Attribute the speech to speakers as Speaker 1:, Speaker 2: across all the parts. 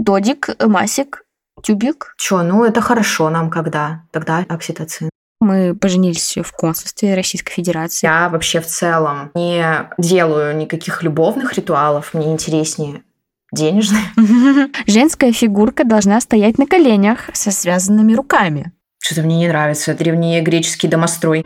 Speaker 1: Додик, масик, тюбик.
Speaker 2: Чё, ну это хорошо нам когда? Тогда окситоцин.
Speaker 1: Мы поженились в консульстве Российской Федерации.
Speaker 2: Я вообще в целом не делаю никаких любовных ритуалов, мне интереснее денежные.
Speaker 1: Женская фигурка должна стоять на коленях со связанными руками.
Speaker 2: Что-то мне не нравится. Древнегреческий домострой.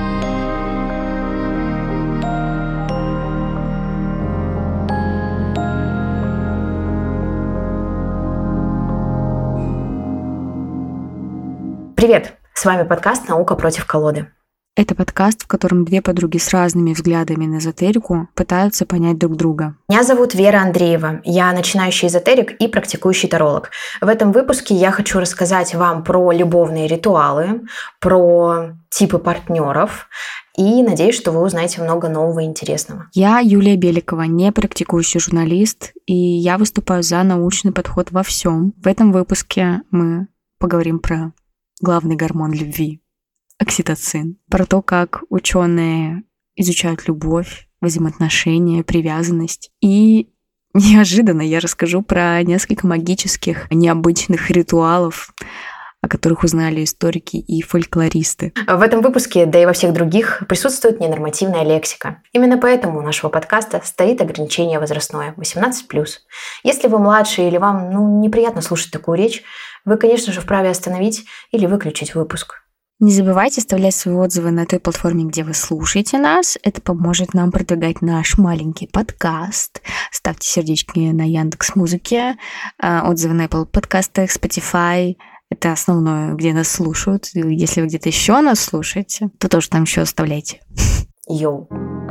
Speaker 2: Привет! С вами подкаст «Наука против колоды».
Speaker 1: Это подкаст, в котором две подруги с разными взглядами на эзотерику пытаются понять друг друга.
Speaker 2: Меня зовут Вера Андреева. Я начинающий эзотерик и практикующий таролог. В этом выпуске я хочу рассказать вам про любовные ритуалы, про типы партнеров и надеюсь, что вы узнаете много нового и интересного.
Speaker 1: Я Юлия Беликова, не практикующий журналист, и я выступаю за научный подход во всем. В этом выпуске мы поговорим про главный гормон любви — окситоцин. Про то, как ученые изучают любовь, взаимоотношения, привязанность. И неожиданно я расскажу про несколько магических, необычных ритуалов, о которых узнали историки и фольклористы.
Speaker 2: В этом выпуске, да и во всех других, присутствует ненормативная лексика. Именно поэтому у нашего подкаста стоит ограничение возрастное — 18+. Если вы младше или вам неприятно слушать такую речь, вы, конечно же, вправе остановить или выключить выпуск.
Speaker 1: Не забывайте оставлять свои отзывы на той платформе, где вы слушаете нас. Это поможет нам продвигать наш маленький подкаст. Ставьте сердечки на Яндекс.Музыке, отзывы на Apple подкастах, Spotify. Это основное, где нас слушают. Если вы где-то еще нас слушаете, то тоже там еще оставляйте.
Speaker 2: Йоу.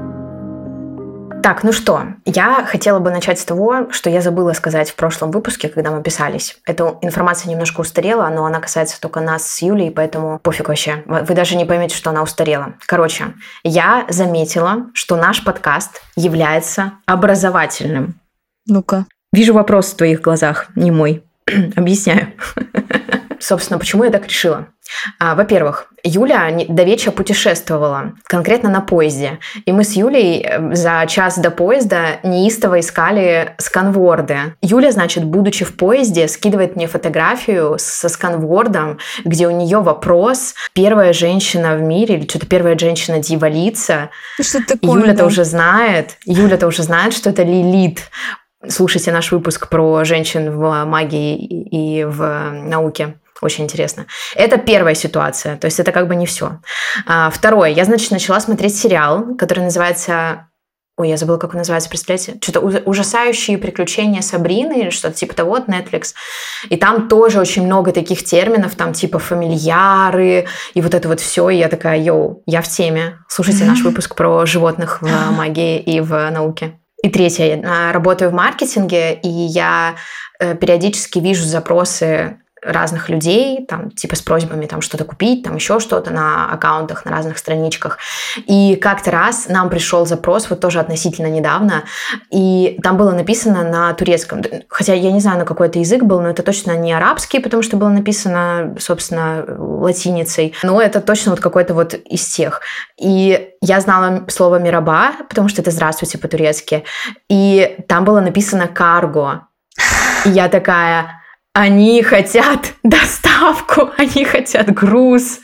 Speaker 2: Так, ну что, я хотела бы начать с того, что я забыла сказать в прошлом выпуске, когда мы писались. Эта информация немножко устарела, но она касается только нас с Юлей, поэтому пофиг вообще. Вы даже не поймете, что она устарела. Короче, я заметила, что наш подкаст является образовательным.
Speaker 1: Ну-ка.
Speaker 2: Вижу вопрос в твоих глазах, не мой. Объясняю. Собственно, почему я так решила? Во-первых, Юля до вечера путешествовала, конкретно на поезде. И мы с Юлей за час до поезда неистово искали сканворды. Юля, значит, будучи в поезде, скидывает мне фотографию со сканвордом, где у нее вопрос: первая женщина в мире, или что-то первая женщина-дьяволица.
Speaker 1: Что такое?
Speaker 2: Юля-то уже знает, что это Лилит. Слушайте наш выпуск про женщин в магии и в науке. Очень интересно. Это первая ситуация, то есть это как бы не все. Второе, я, значит, начала смотреть сериал, который называется... Ой, я забыла, как он называется, представляете? Что-то «Ужасающие приключения Сабрины» или что-то типа того от Netflix. И там тоже очень много таких терминов, там типа фамильяры и вот это вот все. И я такая: йоу, я в теме. Слушайте наш выпуск про животных в магии и в науке. И третье, я работаю в маркетинге, и я периодически вижу запросы разных людей, там, типа с просьбами там что-то купить, там еще что-то на аккаунтах, на разных страничках. И как-то раз нам пришел запрос, вот тоже относительно недавно, и там было написано на турецком. Хотя я не знаю, на какой это язык был, но это точно не арабский, потому что было написано, собственно, латиницей. Но это точно вот какой-то вот из тех. И я знала слово «мираба», потому что это «здравствуйте» по-турецки. И там было написано «карго». И я такая: они хотят доставку, они хотят груз.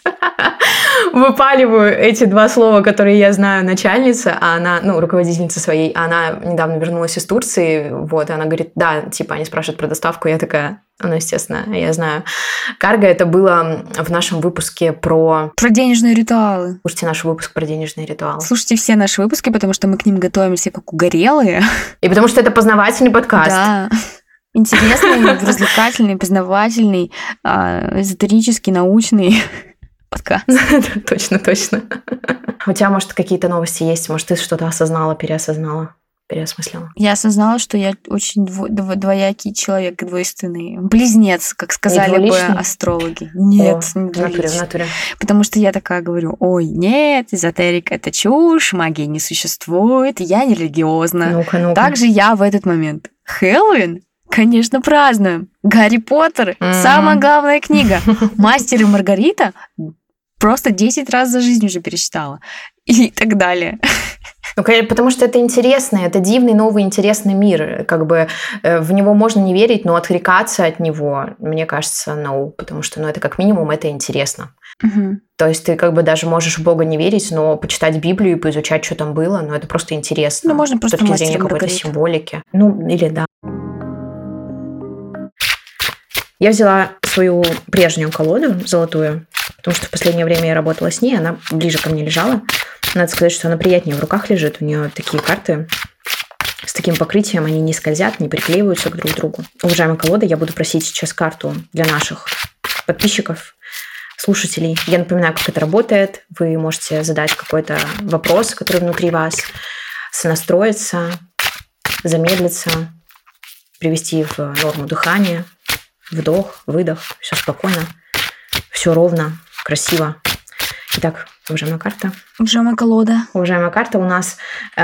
Speaker 2: Выпаливаю эти два слова, которые я знаю, начальница, а она, руководительница своей, она недавно вернулась из Турции, вот, и она говорит: да, типа, они спрашивают про доставку, я такая: естественно, я знаю. Карго — это было в нашем выпуске про
Speaker 1: денежные ритуалы.
Speaker 2: Слушайте наш выпуск про денежные ритуалы.
Speaker 1: Слушайте все наши выпуски, потому что мы к ним готовимся как угорелые.
Speaker 2: И потому что это познавательный подкаст.
Speaker 1: Да. Интересный, развлекательный, познавательный, эзотерический, научный подкаст.
Speaker 2: Точно. У тебя, может, какие-то новости есть? Может, ты что-то осознала, переосмыслила?
Speaker 1: Я осознала, что я очень двоякий человек, двойственный. Близнец, как сказали бы астрологи. Нет, не двуличный.
Speaker 2: В натуре.
Speaker 1: Потому что я такая говорю: ой, нет, эзотерика — это чушь, магии не существует, я не религиозна.
Speaker 2: Ну-ка.
Speaker 1: Также я в этот момент. Хэллоуин? Конечно, празднуем. Гарри Поттер — самая главная книга. Мастер и Маргарита просто 10 раз за жизнь уже перечитала. и так далее.
Speaker 2: Ну, конечно, потому что это интересно, это дивный, новый, интересный мир. Как бы в него можно не верить, но отрекаться от него, мне кажется, no, потому что, это как минимум, это интересно.
Speaker 1: Угу.
Speaker 2: То есть ты как бы даже можешь в Бога не верить, но почитать Библию и поизучать, что там было, это просто интересно.
Speaker 1: Можно просто
Speaker 2: с точки зрения какой-то символики. Или да. Я взяла свою прежнюю колоду, золотую, потому что в последнее время я работала с ней, она ближе ко мне лежала. Надо сказать, что она приятнее в руках лежит. У нее такие карты с таким покрытием, они не скользят, не приклеиваются друг к другу. Уважаемая колода, я буду просить сейчас карту для наших подписчиков, слушателей. Я напоминаю, как это работает. Вы можете задать какой-то вопрос, который внутри вас, сонастроиться, замедлиться, привести в норму дыхания, вдох, выдох, все спокойно, все ровно, красиво. Итак, уважаемая карта.
Speaker 1: Уважаемая колода.
Speaker 2: Уважаемая карта у нас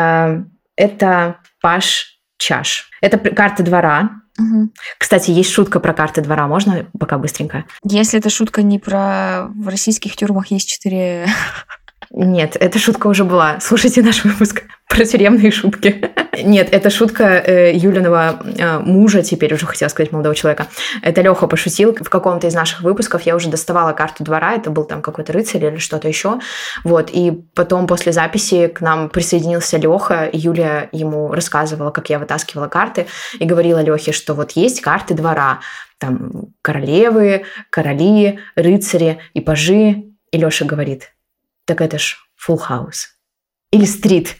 Speaker 2: это паж чаш. Это карта двора.
Speaker 1: Угу.
Speaker 2: Кстати, есть шутка про карты двора. Можно пока быстренько?
Speaker 1: Если эта шутка не про в российских тюрьмах есть 4...
Speaker 2: Нет, эта шутка уже была. Слушайте наш выпуск про тюремные шутки. Нет, это шутка Юлиного мужа, теперь уже хотела сказать молодого человека. Это Лёха пошутил в каком-то из наших выпусков. Я уже доставала карту двора, это был там какой-то рыцарь или что-то еще. И потом после записи к нам присоединился Лёха, и Юля ему рассказывала, как я вытаскивала карты, и говорила Лёхе, что есть карты двора. Там королевы, короли, рыцари и пажи. И Лёша говорит: так это ж Full House. Или стрит,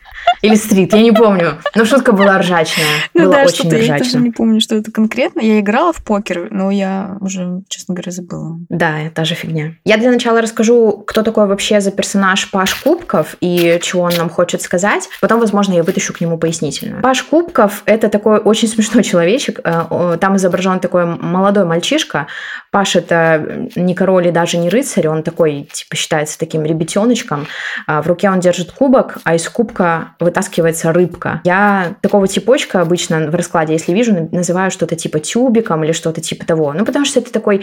Speaker 2: я не помню. Но шутка была ржачная. Была очень ржачная.
Speaker 1: Я тоже не помню, что это конкретно. Я играла в покер, но я уже, честно говоря, забыла.
Speaker 2: Да, та же фигня. Я для начала расскажу, кто такой вообще за персонаж Паж Кубков и чего он нам хочет сказать. Потом, возможно, я вытащу к нему пояснительную. Паж Кубков – это такой очень смешной человечек. Там изображен такой молодой мальчишка. Паш – это не король и даже не рыцарь. Он такой, считается таким ребятеночком. В руке он держит кубок, а из кубка вытаскивается рыбка. Я такого типочка обычно в раскладе, если вижу, называю что-то типа тюбиком или что-то типа того. Потому что это такой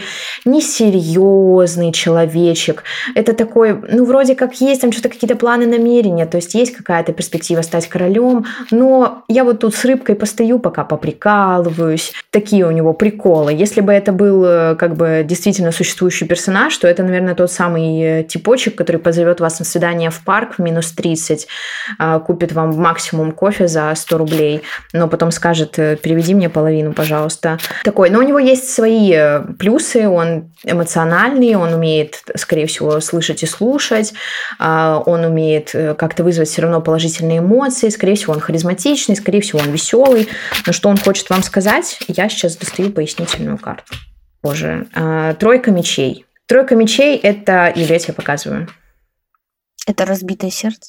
Speaker 2: несерьезный человечек. Это такой, вроде как есть там что-то, какие-то планы, намерения. То есть есть какая-то перспектива стать королем. Но я тут с рыбкой постою, пока поприкалываюсь. Такие у него приколы. Если бы это был действительно существующий персонаж, то это, наверное, тот самый типочек, который позовет вас на свидание в парк в минус 30, купит вам максимум кофе за 100 рублей, но потом скажет: переведи мне половину, пожалуйста. Такой, но у него есть свои плюсы, он эмоциональный, он умеет, скорее всего, слышать и слушать, он умеет как-то вызвать все равно положительные эмоции, скорее всего, он харизматичный, скорее всего, он веселый. Но что он хочет вам сказать, я сейчас достаю пояснительную карту. Боже. Тройка мечей. Тройка мечей – это... Юля, я тебе показываю.
Speaker 1: Это разбитое сердце?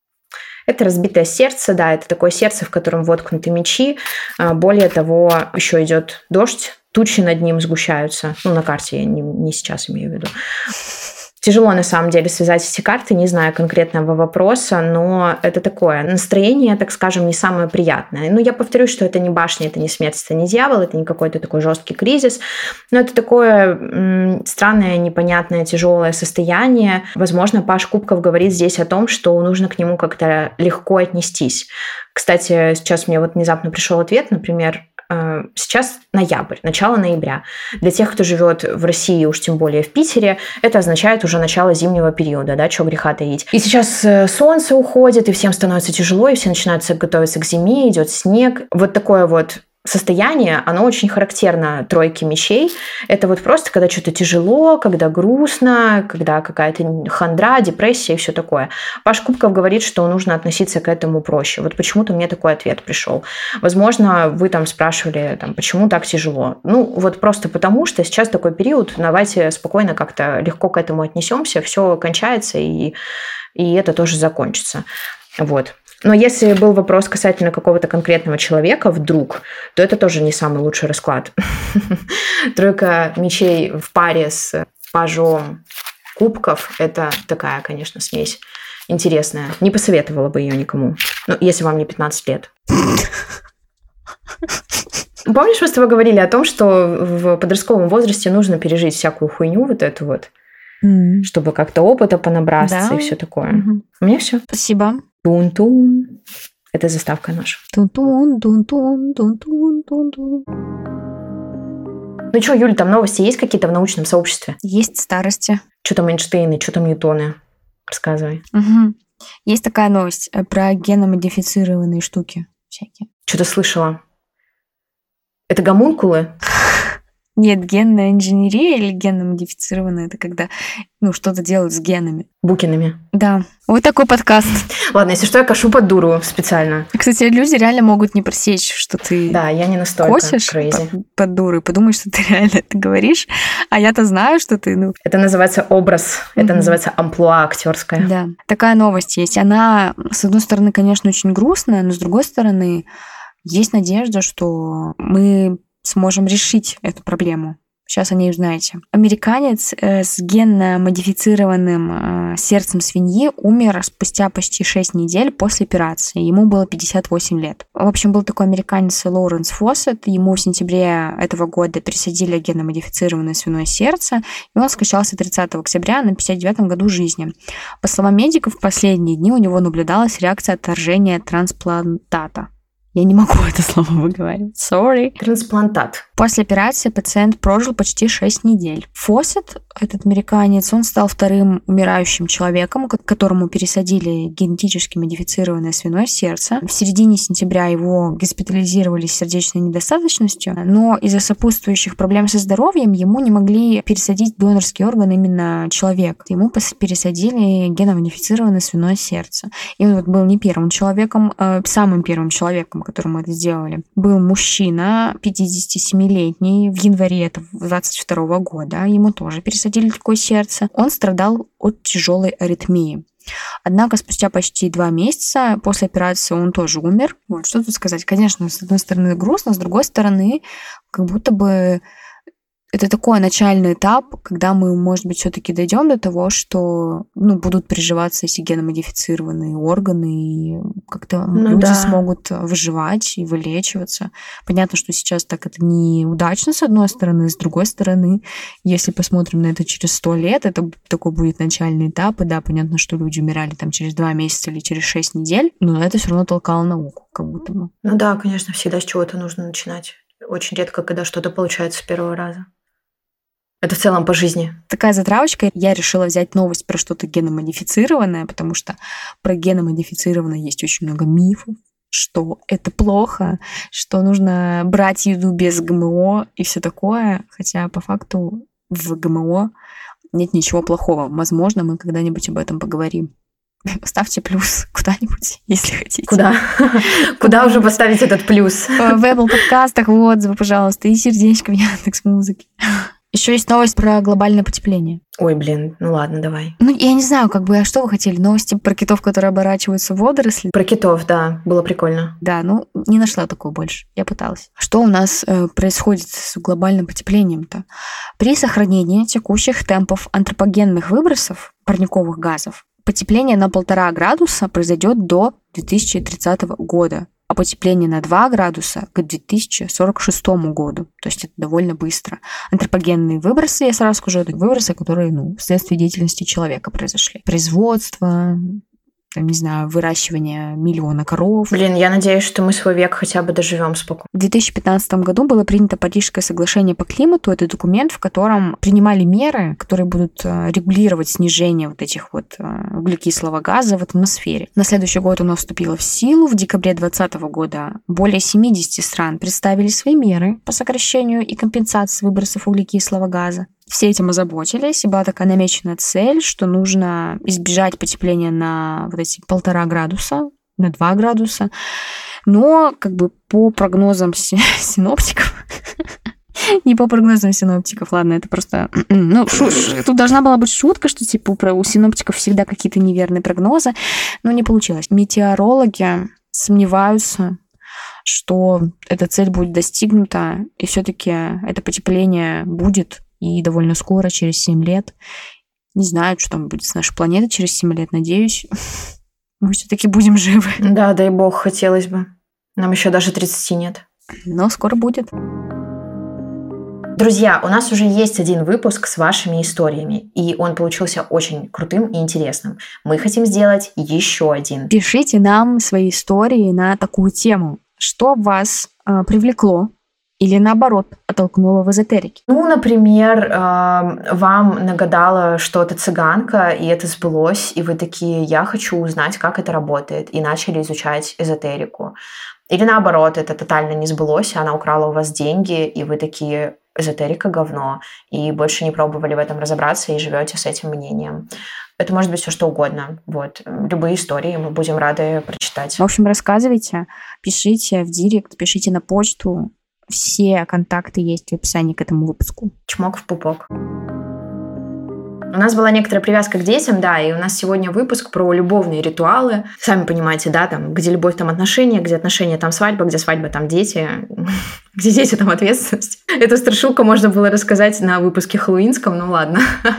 Speaker 2: Это разбитое сердце, да, это такое сердце, в котором воткнуты мечи. Более того, еще идет дождь, тучи над ним сгущаются. На карте, я не сейчас имею в виду. Тяжело, на самом деле, связать эти карты, не знаю конкретного вопроса, но это такое настроение, так скажем, не самое приятное. Я повторюсь, что это не башня, это не смерть, это не дьявол, это не какой-то такой жесткий кризис, но это такое странное, непонятное, тяжелое состояние. Возможно, Паж Кубков говорит здесь о том, что нужно к нему как-то легко отнестись. Кстати, сейчас мне внезапно пришел ответ, например, сейчас ноябрь, начало ноября. Для тех, кто живет в России, уж тем более в Питере, это означает уже начало зимнего периода, да, чего греха таить. И сейчас солнце уходит, и всем становится тяжело, и все начинают готовиться к зиме, идет снег. Вот такое состояние, оно очень характерно тройке мечей. Это просто когда что-то тяжело, когда грустно, когда какая-то хандра, депрессия и все такое. Паж Кубков говорит, что нужно относиться к этому проще. Почему-то мне такой ответ пришел. Возможно, вы там спрашивали, почему так тяжело. Просто потому, что сейчас такой период, давайте спокойно как-то легко к этому отнесемся, все кончается, и это тоже закончится. Но если был вопрос касательно какого-то конкретного человека вдруг, то это тоже не самый лучший расклад. Тройка мечей в паре с пажом кубков – это такая, конечно, смесь интересная. Не посоветовала бы ее никому, если вам не 15 лет. Помнишь, мы с тобой говорили о том, что в подростковом возрасте нужно пережить всякую хуйню эту? чтобы как-то опыта понабраться и все такое. У меня все.
Speaker 1: Спасибо.
Speaker 2: Тун-тун. Это заставка наша.
Speaker 1: Тун-тун, тун-тун, тун-тун, тун-тун.
Speaker 2: Ну что, Юль, там новости есть какие-то в научном сообществе?
Speaker 1: Есть старости.
Speaker 2: Что там Эйнштейны, что там Ньютоны? Рассказывай.
Speaker 1: Есть такая новость про геномодифицированные штуки всякие.
Speaker 2: Что-то слышала. Это гомункулы?
Speaker 1: Нет, генная инженерия или генно-модифицированная — это когда что-то делают с генами.
Speaker 2: Букиными.
Speaker 1: Да. Вот такой подкаст.
Speaker 2: Ладно, если что, я кашу под дуру специально.
Speaker 1: Кстати, люди реально могут не просечь, что ты
Speaker 2: да, я не настолько
Speaker 1: косишь под дуру и подумать, что ты реально это говоришь. А я-то знаю, что ты...
Speaker 2: Это называется образ. Это называется амплуа актерское.
Speaker 1: Да. Такая новость есть. Она, с одной стороны, конечно, очень грустная, но с другой стороны, есть надежда, что мы сможем решить эту проблему. Сейчас о ней узнаете. Американец с генно-модифицированным сердцем свиньи умер спустя почти 6 недель после операции. Ему было 58 лет. В общем, был такой американец Лоуренс Фоссет. Ему в сентябре этого года пересадили генно-модифицированное свиное сердце, и он скончался 30 октября на 59-м году жизни. По словам медиков, в последние дни у него наблюдалась реакция отторжения трансплантата. Я не могу это слово выговаривать. Sorry.
Speaker 2: Трансплантат.
Speaker 1: После операции пациент прожил почти 6 недель. Фоссет, этот американец, он стал вторым умирающим человеком, которому пересадили генетически модифицированное свиное сердце. В середине сентября его госпитализировали с сердечной недостаточностью, но из-за сопутствующих проблем со здоровьем ему не могли пересадить донорский орган именно человек. Ему пересадили генно-модифицированное свиное сердце. И он был не первым человеком, самым первым человеком, которому это сделали, был мужчина 57-летний в январе 22 года. Ему тоже пересадили такое сердце. Он страдал от тяжелой аритмии. Однако спустя почти 2 месяца после операции он тоже умер. Вот, что тут сказать? Конечно, с одной стороны грустно, с другой стороны, как будто бы это такой начальный этап, когда мы, может быть, все-таки дойдем до того, что будут приживаться эти геномодифицированные органы, и как-то люди смогут выживать и вылечиваться. Понятно, что сейчас так это неудачно, с одной стороны, с другой стороны, если посмотрим на это через 100 лет, это такой будет начальный этап, и да, понятно, что люди умирали там через 2 месяца или через 6 недель, но это все равно толкало науку, как будто бы.
Speaker 2: Ну да, конечно, всегда с чего-то нужно начинать. Очень редко, когда что-то получается с первого раза. Это в целом по жизни. Такая
Speaker 1: затравочка. Я решила взять новость про что-то геномодифицированное, потому что про геномодифицированное есть очень много мифов, что это плохо, что нужно брать еду без ГМО и все такое. Хотя по факту в ГМО нет ничего плохого. Возможно, мы когда-нибудь об этом поговорим. Ставьте плюс куда-нибудь, если хотите.
Speaker 2: Куда? Куда уже поставить этот плюс?
Speaker 1: В Apple подкастах, отзывы, пожалуйста, и сердечко в Яндекс.Музыке. Еще есть новость про глобальное потепление.
Speaker 2: Ой, блин, ну ладно, давай.
Speaker 1: Я не знаю, а что вы хотели? Новости про китов, которые оборачиваются в водоросли?
Speaker 2: Про китов, да, было прикольно.
Speaker 1: Да, не нашла такого больше. Я пыталась. Что у нас происходит с глобальным потеплением-то? При сохранении текущих темпов антропогенных выбросов парниковых газов потепление на 1,5 градуса произойдет до 2030 года. А потепление на 2 градуса к 2046 году. То есть это довольно быстро. Антропогенные выбросы, я сразу скажу, это выбросы, которые вследствие деятельности человека произошли. Производство, выращивание миллиона коров.
Speaker 2: Блин, я надеюсь, что мы свой век хотя бы доживем спокойно.
Speaker 1: В 2015 году было принято Парижское соглашение по климату. Это документ, в котором принимали меры, которые будут регулировать снижение этих углекислого газа в атмосфере. На следующий год оно вступило в силу. В декабре 2020 года более 70 стран представили свои меры по сокращению и компенсации выбросов углекислого газа. Все этим озаботились, и была такая намеченная цель, что нужно избежать потепления на эти 1,5 градуса, на 2 градуса. Но по прогнозам синоптиков, не по прогнозам синоптиков, ладно, это просто... тут должна была быть шутка, что у синоптиков всегда какие-то неверные прогнозы, но не получилось. Метеорологи сомневаются, что эта цель будет достигнута, и все-таки это потепление будет, и довольно скоро, через 7 лет. Не знаю, что там будет с нашей планетой через 7 лет. Надеюсь, мы все-таки будем живы.
Speaker 2: Да, дай бог, хотелось бы. Нам еще даже 30 нет.
Speaker 1: Но скоро будет.
Speaker 2: Друзья, у нас уже есть один выпуск с вашими историями, и он получился очень крутым и интересным. Мы хотим сделать еще один.
Speaker 1: Пишите нам свои истории на такую тему. Что вас привлекло или, наоборот, оттолкнуло в эзотерике?
Speaker 2: Ну, например, вам нагадала что-то цыганка, и это сбылось, и вы такие: я хочу узнать, как это работает, и начали изучать эзотерику. Или наоборот, это тотально не сбылось, она украла у вас деньги, и вы такие: эзотерика говно, и больше не пробовали в этом разобраться и живете с этим мнением. Это может быть все что угодно. Вот. Любые истории мы будем рады прочитать.
Speaker 1: В общем, рассказывайте, пишите в директ, пишите на почту. Все контакты есть в описании к этому выпуску.
Speaker 2: Чмок в пупок. У нас была некоторая привязка к детям, да, и у нас сегодня выпуск про любовные ритуалы. Сами понимаете, да, там, где любовь, там отношения, где отношения, там свадьба, где свадьба, там дети, где дети, там ответственность. Эту страшилку можно было рассказать на выпуске хэллоуинском, ну ладно.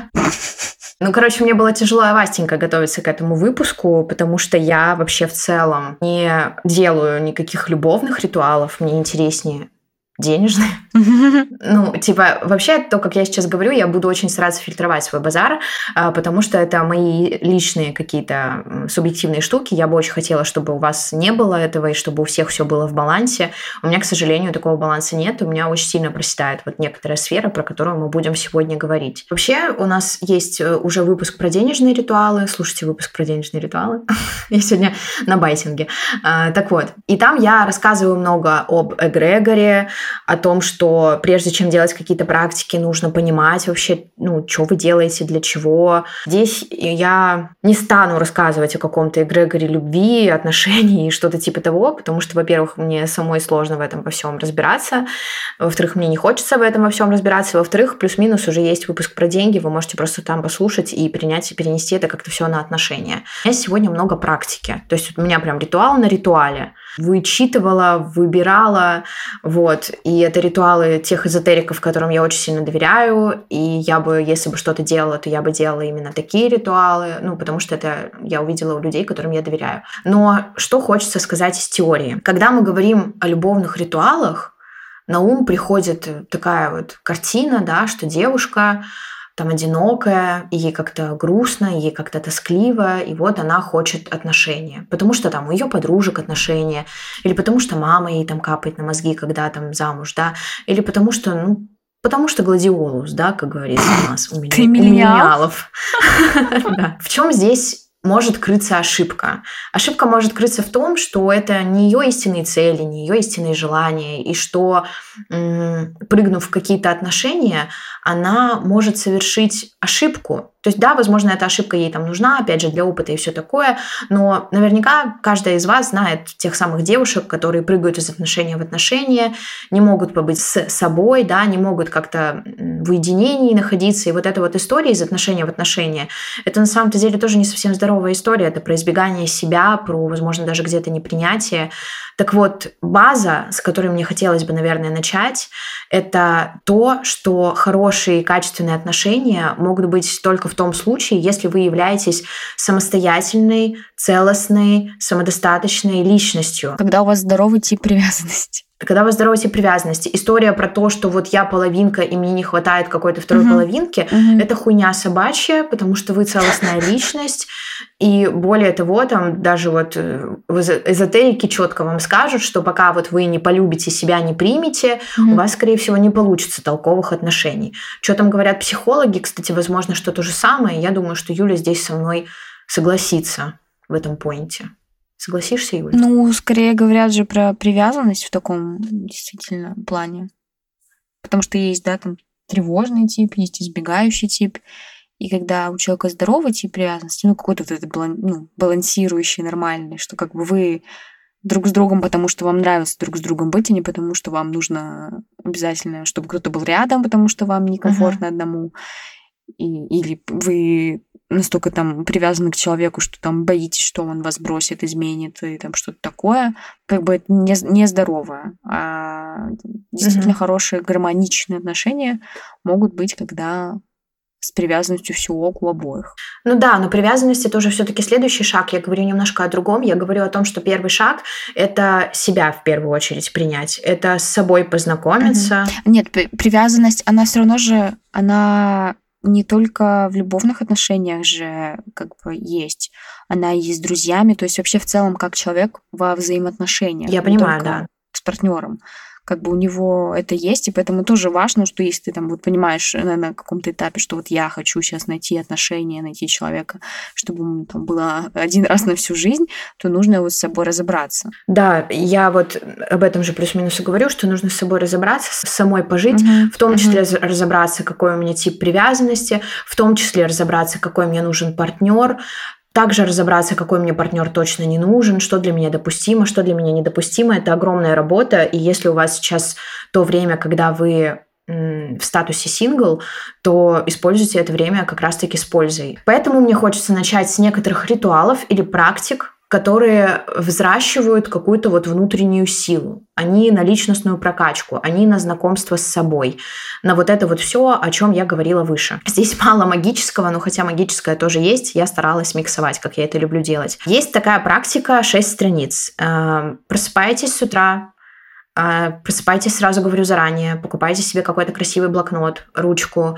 Speaker 2: Ну, короче, мне было тяжело и авастенько готовиться к этому выпуску, потому что я вообще в целом не делаю никаких любовных ритуалов, мне интереснее денежные. Ну, типа, вообще, то, как я сейчас говорю, я буду очень стараться фильтровать свой базар, потому что это мои личные какие-то субъективные штуки. Я бы очень хотела, чтобы у вас не было этого, и чтобы у всех все было в балансе. У меня, к сожалению, такого баланса нет. У меня очень сильно проседает вот некоторая сфера, про которую мы будем сегодня говорить. Вообще, у нас есть уже выпуск про денежные ритуалы. Слушайте выпуск про денежные ритуалы. Я сегодня на байтинге. Так вот, и там я рассказываю много об эгрегоре, о том, что прежде чем делать какие-то практики, нужно понимать вообще, ну, что вы делаете, для чего. Здесь я не стану рассказывать о каком-то эгрегоре любви, отношений и что-то типа того, потому что, во-первых, мне самой сложно в этом во всем разбираться, во-вторых, мне не хочется в этом во всем разбираться, во-вторых, плюс-минус уже есть выпуск про деньги, вы можете просто там послушать и принять, и перенести это как-то все на отношения. У меня сегодня много практики, то есть у меня прям ритуал на ритуале. Вычитывала, выбирала, вот, и это ритуалы тех эзотериков, которым я очень сильно доверяю, и я бы, если бы что-то делала, то я бы делала именно такие ритуалы, ну, потому что это я увидела у людей, которым я доверяю. Но что хочется сказать из теории? Когда мы говорим о любовных ритуалах, на ум приходит такая вот картина, да, что девушка там одинокая, и ей как-то грустно, ей как-то тоскливо, и вот она хочет отношения. Потому что там у ее подружек отношения, или потому что мама ей там капает на мозги, когда там замуж, да, или потому что, ну, потому что гладиолус, да, как говорится у нас, у миллениалов. В чем здесь может крыться ошибка? Ошибка может крыться в том, что это не ее истинные цели, не ее истинные желания, и что, прыгнув в какие-то отношения, она может совершить ошибку. То есть, да, возможно, эта ошибка ей там нужна, опять же, для опыта и все такое, но наверняка каждая из вас знает тех самых девушек, которые прыгают из отношения в отношения, не могут побыть с собой, да, не могут как-то в уединении находиться. И вот эта вот история из отношения в отношения, это на самом-то деле тоже не совсем здоровая история, это про избегание себя, про, возможно, даже где-то непринятие. Так вот, база, с которой мне хотелось бы, наверное, начать, это то, что хорошие качественные отношения могут быть только в том случае, если вы являетесь самостоятельной, целостной, самодостаточной личностью.
Speaker 1: Когда у вас здоровый тип привязанности.
Speaker 2: Когда у вас здоровый тип привязанности. История про то, что вот я половинка, и мне не хватает какой-то второй половинки, это хуйня собачья, потому что вы целостная личность. И более того, там даже вот в эзотерике четко вам скажут, что пока вот вы не полюбите себя, не примете, у вас, скорее всего, не получится толковых отношений. Что там говорят психологи, кстати, возможно, что то же самое. Я думаю, что Юля здесь со мной согласится в этом поинте. Согласишься, Юля?
Speaker 1: Ну, скорее говорят же про привязанность в таком действительно плане. Потому что есть, да, там тревожный тип, есть избегающий тип. И когда у человека здоровый тип привязанности, ну, какой-то вот этот балансирующий, нормальный, что как бы вы друг с другом, потому что вам нравится друг с другом быть, а не потому что вам нужно обязательно, чтобы кто-то был рядом, потому что вам некомфортно одному. Или вы настолько там привязаны к человеку, что там боитесь, что он вас бросит, изменит и там что-то такое, как бы это не здоровое. А действительно хорошие гармоничные отношения могут быть, когда с привязанностью все ок у обоих.
Speaker 2: Ну да, но привязанность — это уже все-таки следующий шаг. Я говорю немножко о другом. Я говорю о том, что первый шаг — это себя в первую очередь принять. Это с собой познакомиться.
Speaker 1: Нет, привязанность, она все равно же, она не только в любовных отношениях же как бы есть. Она и с друзьями, то есть вообще в целом как человек во взаимоотношениях.
Speaker 2: Я понимаю, да.
Speaker 1: С партнером. Как бы у него это есть, и поэтому тоже важно, что если ты там вот понимаешь на каком-то этапе, что вот я хочу сейчас найти отношения, найти человека, чтобы ему там было один раз на всю жизнь, то нужно вот с собой разобраться.
Speaker 2: Да, я вот об этом же плюс-минус и говорю, что нужно с собой разобраться, с самой пожить, в том числе разобраться, какой у меня тип привязанности, в том числе разобраться, какой мне нужен партнер, также разобраться, какой мне партнер точно не нужен, что для меня допустимо, что для меня недопустимо. Это огромная работа, и если у вас сейчас то время, когда вы в статусе сингл, то используйте это время как раз-таки с пользой. Поэтому мне хочется начать с некоторых ритуалов или практик, которые взращивают какую-то вот внутреннюю силу. Они на личностную прокачку, они на знакомство с собой, на вот это вот все, о чем я говорила выше. Здесь мало магического, но хотя магическое тоже есть, я старалась миксовать, как я это люблю делать. Есть такая практика 6 страниц. Просыпаетесь с утра, просыпайтесь, сразу говорю заранее, покупайте себе какой-то красивый блокнот, ручку,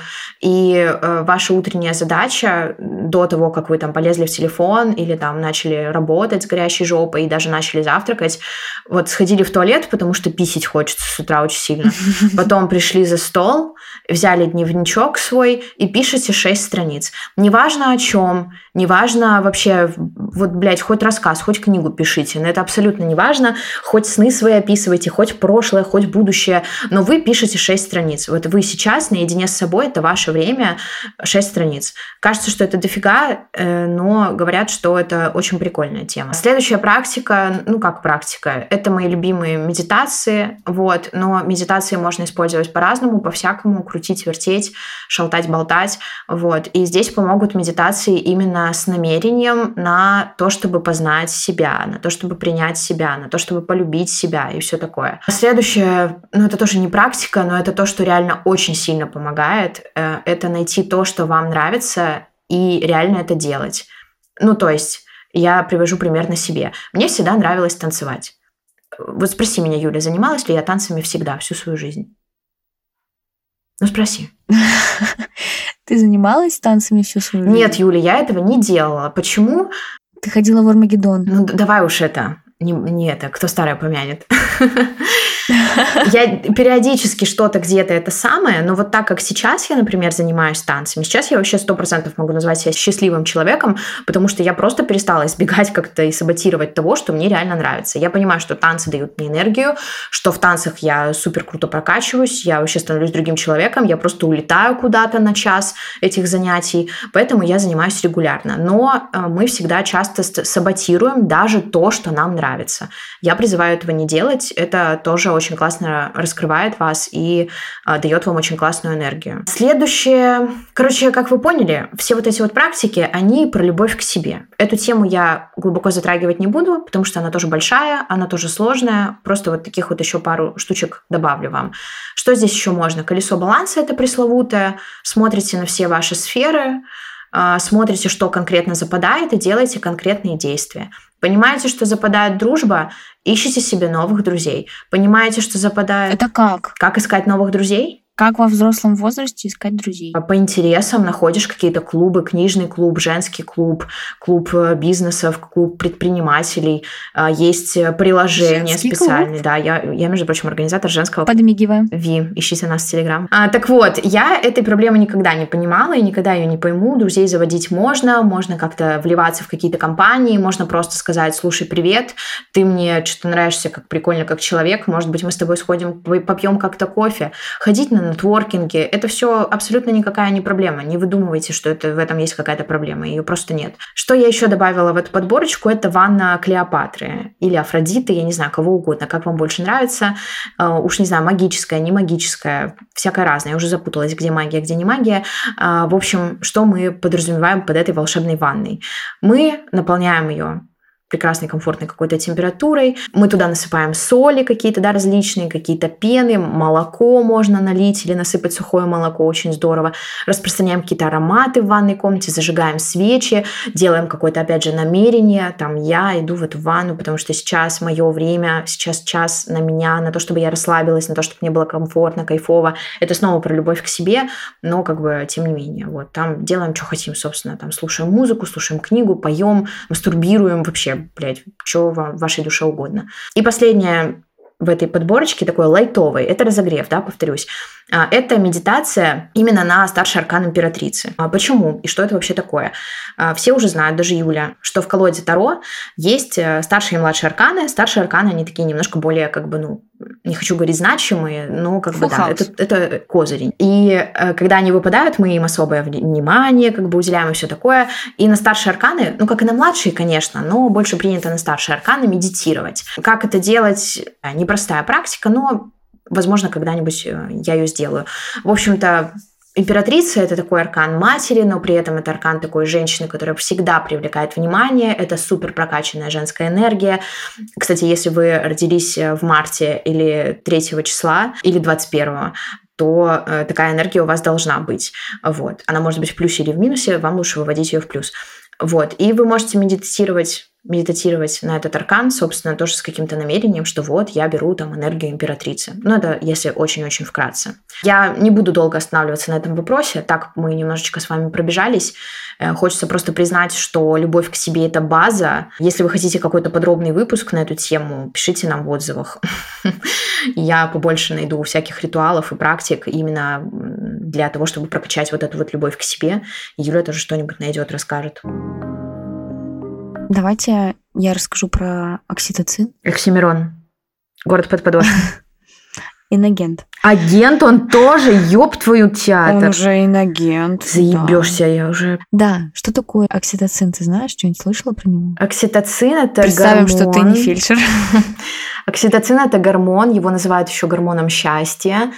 Speaker 2: и ваша утренняя задача до того, как вы там полезли в телефон или там начали работать с горящей жопой и даже начали завтракать, вот сходили в туалет, потому что писать хочется с утра очень сильно, потом пришли за стол, взяли дневничок свой и пишете 6 страниц. Неважно о чем, неважно вообще, вот, блядь, хоть рассказ, хоть книгу пишите, но это абсолютно неважно, хоть сны свои описывайте, хоть прошлое, хоть будущее, но вы пишете 6 страниц. Вот вы сейчас наедине с собой, это ваше время, 6 страниц. Кажется, что это дофига, но говорят, что это очень прикольная тема. Следующая практика, ну как практика, это мои любимые медитации, вот, но медитации можно использовать по-разному, по-всякому, крутить, вертеть, шалтать, болтать, вот. И здесь помогут медитации именно с намерением на то, чтобы познать себя, на то, чтобы принять себя, на то, чтобы полюбить себя и все такое. Следующее, ну это тоже не практика, но это то, что реально очень сильно помогает, это найти то, что вам нравится, и реально это делать. Ну то есть, я привожу пример на себе. Мне всегда нравилось танцевать. Вот спроси меня, Юля, занималась ли я танцами всегда, всю свою жизнь? Ну спроси.
Speaker 1: Ты занималась танцами всю свою жизнь?
Speaker 2: Нет, Юля, я этого не делала. Почему?
Speaker 1: Ты ходила в Армагеддон.
Speaker 2: Ну давай уж это... Не это, кто старое помянет. Я периодически что-то где-то это самое, но вот так как сейчас я, например, занимаюсь танцами, сейчас я вообще 100% могу назвать себя счастливым человеком, потому что я просто перестала избегать как-то и саботировать того, что мне реально нравится. Я понимаю, что танцы дают мне энергию, что в танцах я супер круто прокачиваюсь, я вообще становлюсь другим человеком, я просто улетаю куда-то на час этих занятий, поэтому я занимаюсь регулярно. Но мы всегда часто саботируем даже то, что нам нравится. Я призываю этого не делать, это тоже очень классно раскрывает вас и дает вам очень классную энергию. Следующее, короче, как вы поняли, все вот эти вот практики, они про любовь к себе. Эту тему я глубоко затрагивать не буду, потому что она тоже большая, она тоже сложная, просто вот таких вот еще пару штучек добавлю вам. Что здесь еще можно? Колесо баланса, это пресловутое, смотрите на все ваши сферы, смотрите, что конкретно западает, и делаете конкретные действия. Понимаете, что западает дружба, ищите себе новых друзей. Понимаете, что западает...
Speaker 1: Это как?
Speaker 2: Как искать новых друзей?
Speaker 1: Как во взрослом возрасте искать друзей?
Speaker 2: По интересам находишь какие-то клубы, книжный клуб, женский клуб, клуб бизнесов, клуб предпринимателей. Есть приложения
Speaker 1: Женский
Speaker 2: специальные. Да, я, между прочим, организатор женского...
Speaker 1: Подмигиваем.
Speaker 2: Ви, ищите нас в Телеграм. Так вот, я этой проблемы никогда не понимала и никогда ее не пойму. Друзей заводить можно как-то вливаться в какие-то компании, можно просто сказать: слушай, привет, ты мне что-то нравишься, как прикольно, как человек, может быть, мы с тобой сходим, попьем как-то кофе. Ходить на нетворкинге, это все абсолютно никакая не проблема. Не выдумывайте, что это, в этом есть какая-то проблема, ее просто нет. Что я еще добавила в эту подборочку, это ванна Клеопатры или Афродиты, я не знаю, кого угодно, как вам больше нравится. Уж не знаю, магическая, не магическая, всякое разное. Я уже запуталась, где магия, где не магия. В общем, что мы подразумеваем под этой волшебной ванной? Мы наполняем ее прекрасной, комфортной какой-то температурой. Мы туда насыпаем соли какие-то, да, различные, какие-то пены, молоко можно налить или насыпать сухое молоко, очень здорово. Распространяем какие-то ароматы в ванной комнате, зажигаем свечи, делаем какое-то, опять же, намерение. Там я иду в эту ванну, потому что сейчас мое время, сейчас час на меня, на то, чтобы я расслабилась, на то, чтобы мне было комфортно, кайфово. Это снова про любовь к себе, но как бы тем не менее. Вот, там делаем, что хотим, собственно. Там слушаем музыку, слушаем книгу, поем, мастурбируем, вообще, блядь, что вам, вашей душе угодно. И последнее в этой подборочке, такой лайтовый, это разогрев, да, повторюсь. Это медитация именно на старший аркан императрицы. Почему? И что это вообще такое? Все уже знают, даже Юля, что в колоде Таро есть старшие и младшие арканы. Старшие арканы, они такие немножко более, как бы, ну, не хочу говорить значимые, но как бы, да, это козыри. И когда они выпадают, мы им особое внимание как бы уделяем и все такое. И на старшие арканы, ну, как и на младшие, конечно, но больше принято на старшие арканы медитировать. Как это делать? Непростая практика, но возможно, когда-нибудь я ее сделаю. В общем-то, императрица – это такой аркан матери, но при этом это аркан такой женщины, которая всегда привлекает внимание. Это супер прокачанная женская энергия. Кстати, если вы родились в марте или 3 числа, или 21, то такая энергия у вас должна быть. Вот. Она может быть в плюсе или в минусе, вам лучше выводить ее в плюс. Вот. И вы можете медитировать на этот аркан, собственно, тоже с каким-то намерением, что вот я беру там энергию императрицы. Ну, это если очень-очень вкратце. Я не буду долго останавливаться на этом вопросе, так мы немножечко с вами пробежались. Хочется просто признать, что любовь к себе – это база. Если вы хотите какой-то подробный выпуск на эту тему, пишите нам в отзывах. Я побольше найду всяких ритуалов и практик именно для того, чтобы прокачать вот эту вот любовь к себе. И Юля тоже что-нибудь найдет, расскажет.
Speaker 1: Давайте я расскажу про окситоцин.
Speaker 2: Оксимирон. Город под подошвой.
Speaker 1: Инагент.
Speaker 2: Агент, он тоже, ёб твою театр.
Speaker 1: Он уже инагент.
Speaker 2: Заебешься, да. Я уже.
Speaker 1: Да, что такое окситоцин, ты знаешь? Что-нибудь слышала про него?
Speaker 2: Окситоцин – это
Speaker 1: Представим,
Speaker 2: гормон.
Speaker 1: что ты не фельдшер.
Speaker 2: Окситоцин – это гормон, его называют еще гормоном счастья.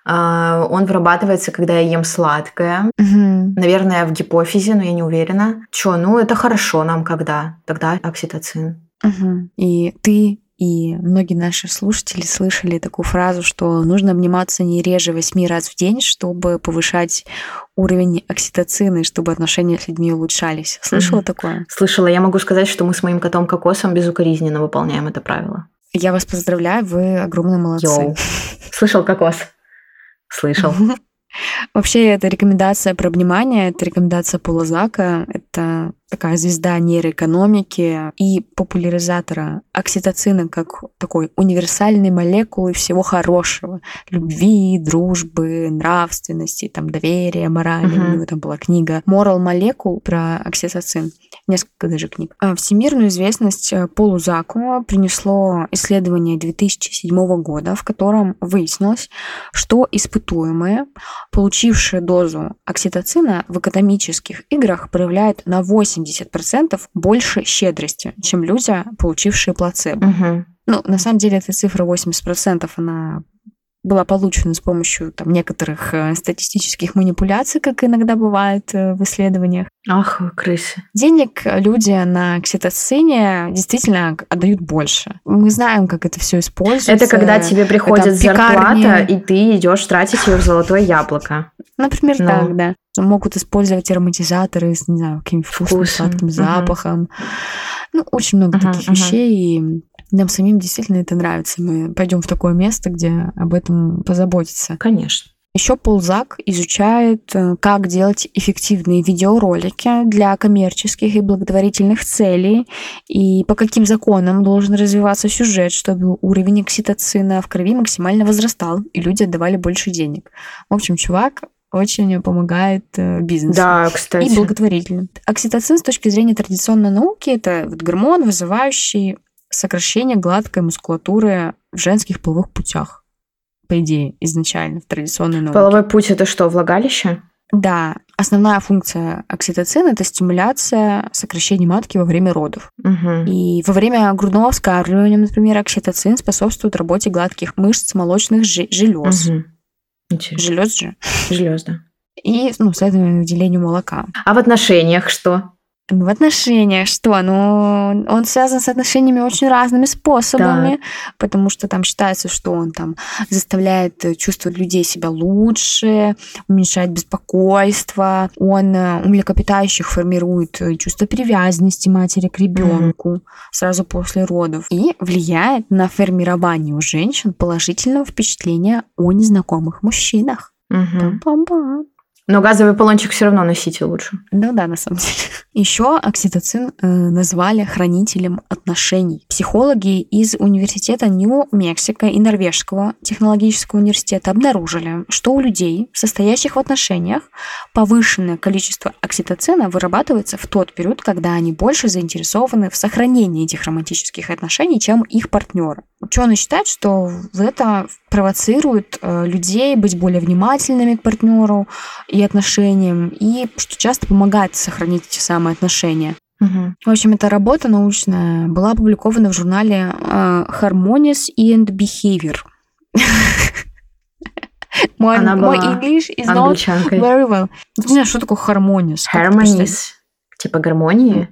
Speaker 2: Он вырабатывается, когда я ем сладкое.
Speaker 1: Угу.
Speaker 2: Наверное, в гипофизе, но я не уверена. Это хорошо нам когда? Тогда окситоцин.
Speaker 1: Угу. И ты и многие наши слушатели слышали такую фразу, что нужно обниматься не реже 8 раз в день, чтобы повышать уровень окситоцина, и чтобы отношения с людьми улучшались. Слышала такое?
Speaker 2: Слышала. Я могу сказать, что мы с моим котом Кокосом безукоризненно выполняем это правило.
Speaker 1: Я вас поздравляю, вы огромные молодцы.
Speaker 2: Йоу. Слышал, Кокос? Слышал.
Speaker 1: Вообще, это рекомендация про обнимание, это рекомендация Пола Зака, это такая звезда нейроэкономики и популяризатора окситоцина как такой универсальной молекулы всего хорошего. Любви, дружбы, нравственности, там, доверия, морали. У него там была книга «Moral Molecule» про окситоцин. Несколько даже книг. Всемирную известность Полу Заку принесло исследование 2007 года, в котором выяснилось, что испытуемые, получившие дозу окситоцина в экономических играх, проявляют на 80% больше щедрости, чем люди, получившие плацебо. Ну, на самом деле, эта цифра 80%, она была получена с помощью там некоторых статистических манипуляций, как иногда бывает в исследованиях.
Speaker 2: Ах, вы крысы.
Speaker 1: Денег люди на окситоцине действительно отдают больше. Мы знаем, как это все используется.
Speaker 2: Это когда тебе приходит зарплата, и ты идешь тратить ее в золотое яблоко.
Speaker 1: Например, так, да. Могут использовать ароматизаторы с, не знаю, каким-то вкусным, сладким запахом. Ну, очень много таких вещей, и нам самим действительно это нравится. Мы пойдем в такое место, где об этом позаботиться.
Speaker 2: Конечно.
Speaker 1: Еще Пол Зак изучает, как делать эффективные видеоролики для коммерческих и благотворительных целей, и по каким законам должен развиваться сюжет, чтобы уровень окситоцина в крови максимально возрастал, и люди отдавали больше денег. В общем, чувак очень помогает бизнесу.
Speaker 2: Да, кстати.
Speaker 1: И благотворительным. Окситоцин с точки зрения традиционной науки – это вот гормон, вызывающий сокращение гладкой мускулатуры в женских половых путях. По идее, изначально в традиционной науке.
Speaker 2: Половой путь – это что, влагалище?
Speaker 1: Да. Основная функция окситоцина – это стимуляция сокращения матки во время родов. И во время грудного вскармливания, например, окситоцин способствует работе гладких мышц молочных желез. Желез же?
Speaker 2: Желез, да.
Speaker 1: И, следовательно, выделению молока.
Speaker 2: А в отношениях что?
Speaker 1: В отношениях что? Ну, он связан с отношениями очень разными способами, потому что там считается, что он там заставляет чувствовать людей себя лучше, уменьшает беспокойство, он у млекопитающих формирует чувство привязанности матери к ребенку сразу после родов и влияет на формирование у женщин положительного впечатления о незнакомых мужчинах. Пам-пам-пам.
Speaker 2: Но газовый баллончик все равно носите лучше.
Speaker 1: Ну да, на самом деле. Еще окситоцин назвали хранителем отношений. Психологи из университета Нью-Мексико и Норвежского технологического университета обнаружили, что у людей, состоящих в отношениях, повышенное количество окситоцина вырабатывается в тот период, когда они больше заинтересованы в сохранении этих романтических отношений, чем их партнеры. Ученые считают, что это провоцирует людей быть более внимательными к партнеру и отношениям, и что часто помогает сохранить эти самые отношения. В общем, эта работа научная была опубликована в журнале Harmonies and Behavior. Мой English is not very well. Не знаю, что такое Harmonies.
Speaker 2: Harmonies? Типа гармонии?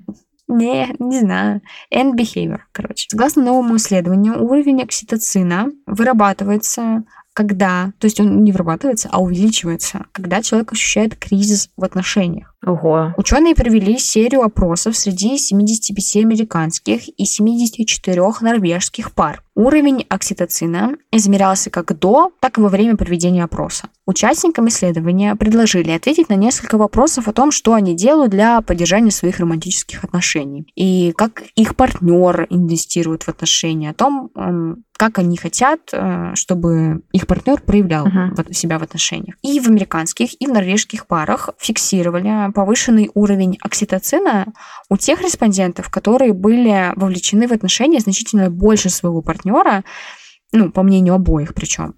Speaker 1: Не знаю. And behavior, короче. Согласно новому исследованию, уровень окситоцина вырабатывается, когда... То есть он не вырабатывается, а увеличивается, когда человек ощущает кризис в отношениях.
Speaker 2: Ого.
Speaker 1: Ученые провели серию опросов среди 75 американских и 74 норвежских пар. Уровень окситоцина измерялся как до, так и во время проведения опроса. Участникам исследования предложили ответить на несколько вопросов о том, что они делают для поддержания своих романтических отношений, и как их партнер инвестирует в отношения, о том, как они хотят, чтобы их партнер проявлял себя в отношениях. И в американских, и в норвежских парах фиксировали повышенный уровень окситоцина у тех респондентов, которые были вовлечены в отношения значительно больше своего партнера, по мнению обоих причем.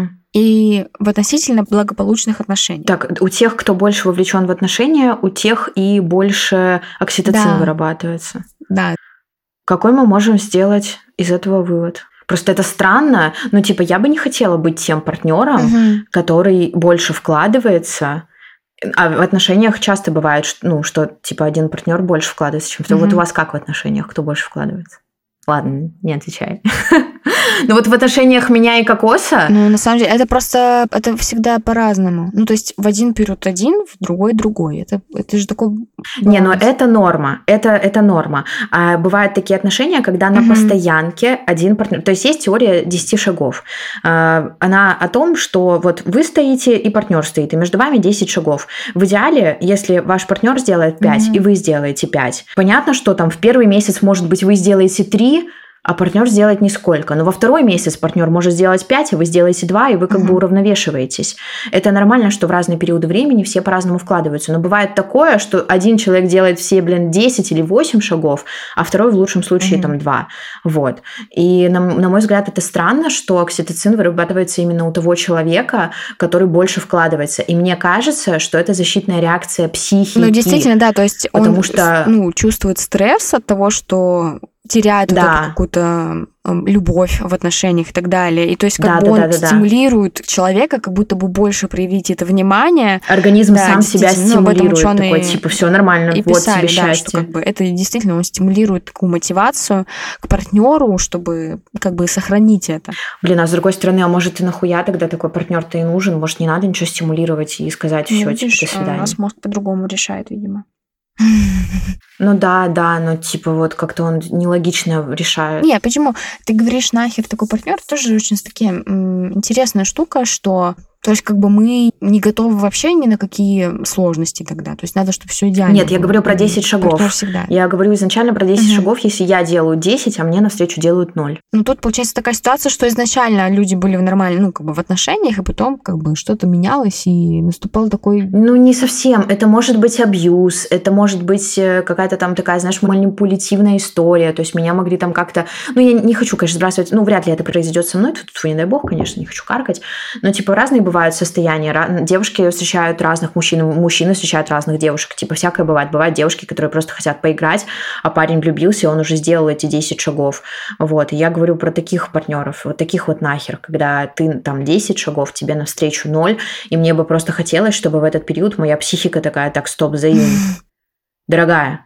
Speaker 1: И в относительно благополучных отношениях.
Speaker 2: Так, у тех, кто больше вовлечен в отношения, у тех и больше окситоцин вырабатывается.
Speaker 1: Да.
Speaker 2: Какой мы можем сделать из этого вывод? Просто это странно, но я бы не хотела быть тем партнером, который больше вкладывается. А в отношениях часто бывает, что один партнер больше вкладывается, чем второй. Вот у вас как в отношениях? Кто больше вкладывается? Ладно, не отвечай. Ну вот в отношениях меня и Кокоса...
Speaker 1: На самом деле, это всегда по-разному. То есть в один период один, в другой. Это же такой...
Speaker 2: Не, но это норма. Это норма. А бывают такие отношения, когда на постоянке один партнер... То есть есть теория 10 шагов. Она о том, что вот вы стоите, и партнер стоит, и между вами 10 шагов. В идеале, если ваш партнер сделает 5, и вы сделаете 5, понятно, что там в первый месяц, может быть, вы сделаете 3, а партнер сделает нисколько. Но во второй месяц партнер может сделать 5, а вы сделаете 2, и вы как бы уравновешиваетесь. Это нормально, что в разные периоды времени все по-разному вкладываются. Но бывает такое, что один человек делает все, 10 или 8 шагов, а второй в лучшем случае 2. Вот. И на мой взгляд, это странно, что окситоцин вырабатывается именно у того человека, который больше вкладывается. И мне кажется, что это защитная реакция психики.
Speaker 1: Действительно, да, то есть он чувствует стресс от того, что теряет вот эту какую-то любовь в отношениях и так далее. И то есть как бы он стимулирует человека, как будто бы больше проявить это внимание.
Speaker 2: Организм сам себя стимулирует. Такой, все нормально,
Speaker 1: и
Speaker 2: вот
Speaker 1: писали,
Speaker 2: тебе счастье.
Speaker 1: Что как бы это действительно он стимулирует такую мотивацию к партнеру, чтобы как бы сохранить это.
Speaker 2: А с другой стороны, а может и нахуя тогда такой партнер-то и нужен? Может, не надо ничего стимулировать и сказать все, до свидания.
Speaker 1: У нас мозг по-другому решает, видимо.
Speaker 2: Да, но вот как-то он нелогично решает.
Speaker 1: Не, почему? Ты говоришь нахер такой партнер, тоже очень интересная штука, что... То есть как бы мы не готовы вообще ни на какие сложности тогда. То есть надо, чтобы все идеально
Speaker 2: Нет, я говорю про 10 шагов. Я говорю изначально про 10 шагов, если я делаю 10, а мне навстречу делают 0.
Speaker 1: Тут получается такая ситуация, что изначально люди были в нормальном, в отношениях, и потом что-то менялось, и наступал такой...
Speaker 2: не совсем. Это может быть абьюз, это может быть какая-то там такая, знаешь, манипулятивная история. То есть меня могли там как-то... я не хочу, конечно, сбрасывать... вряд ли это произойдет со мной. Тут, не дай бог, конечно, не хочу каркать. Но, разные бывают состояния. Девушки встречают разных мужчин, мужчины встречают разных девушек. Всякое бывает. Бывают девушки, которые просто хотят поиграть, а парень влюбился, и он уже сделал эти 10 шагов. Вот. И я говорю про таких партнеров, вот таких вот нахер, когда ты там 10 шагов, тебе навстречу 0, и мне бы просто хотелось, чтобы в этот период моя психика такая, так, стоп, Заюн, дорогая,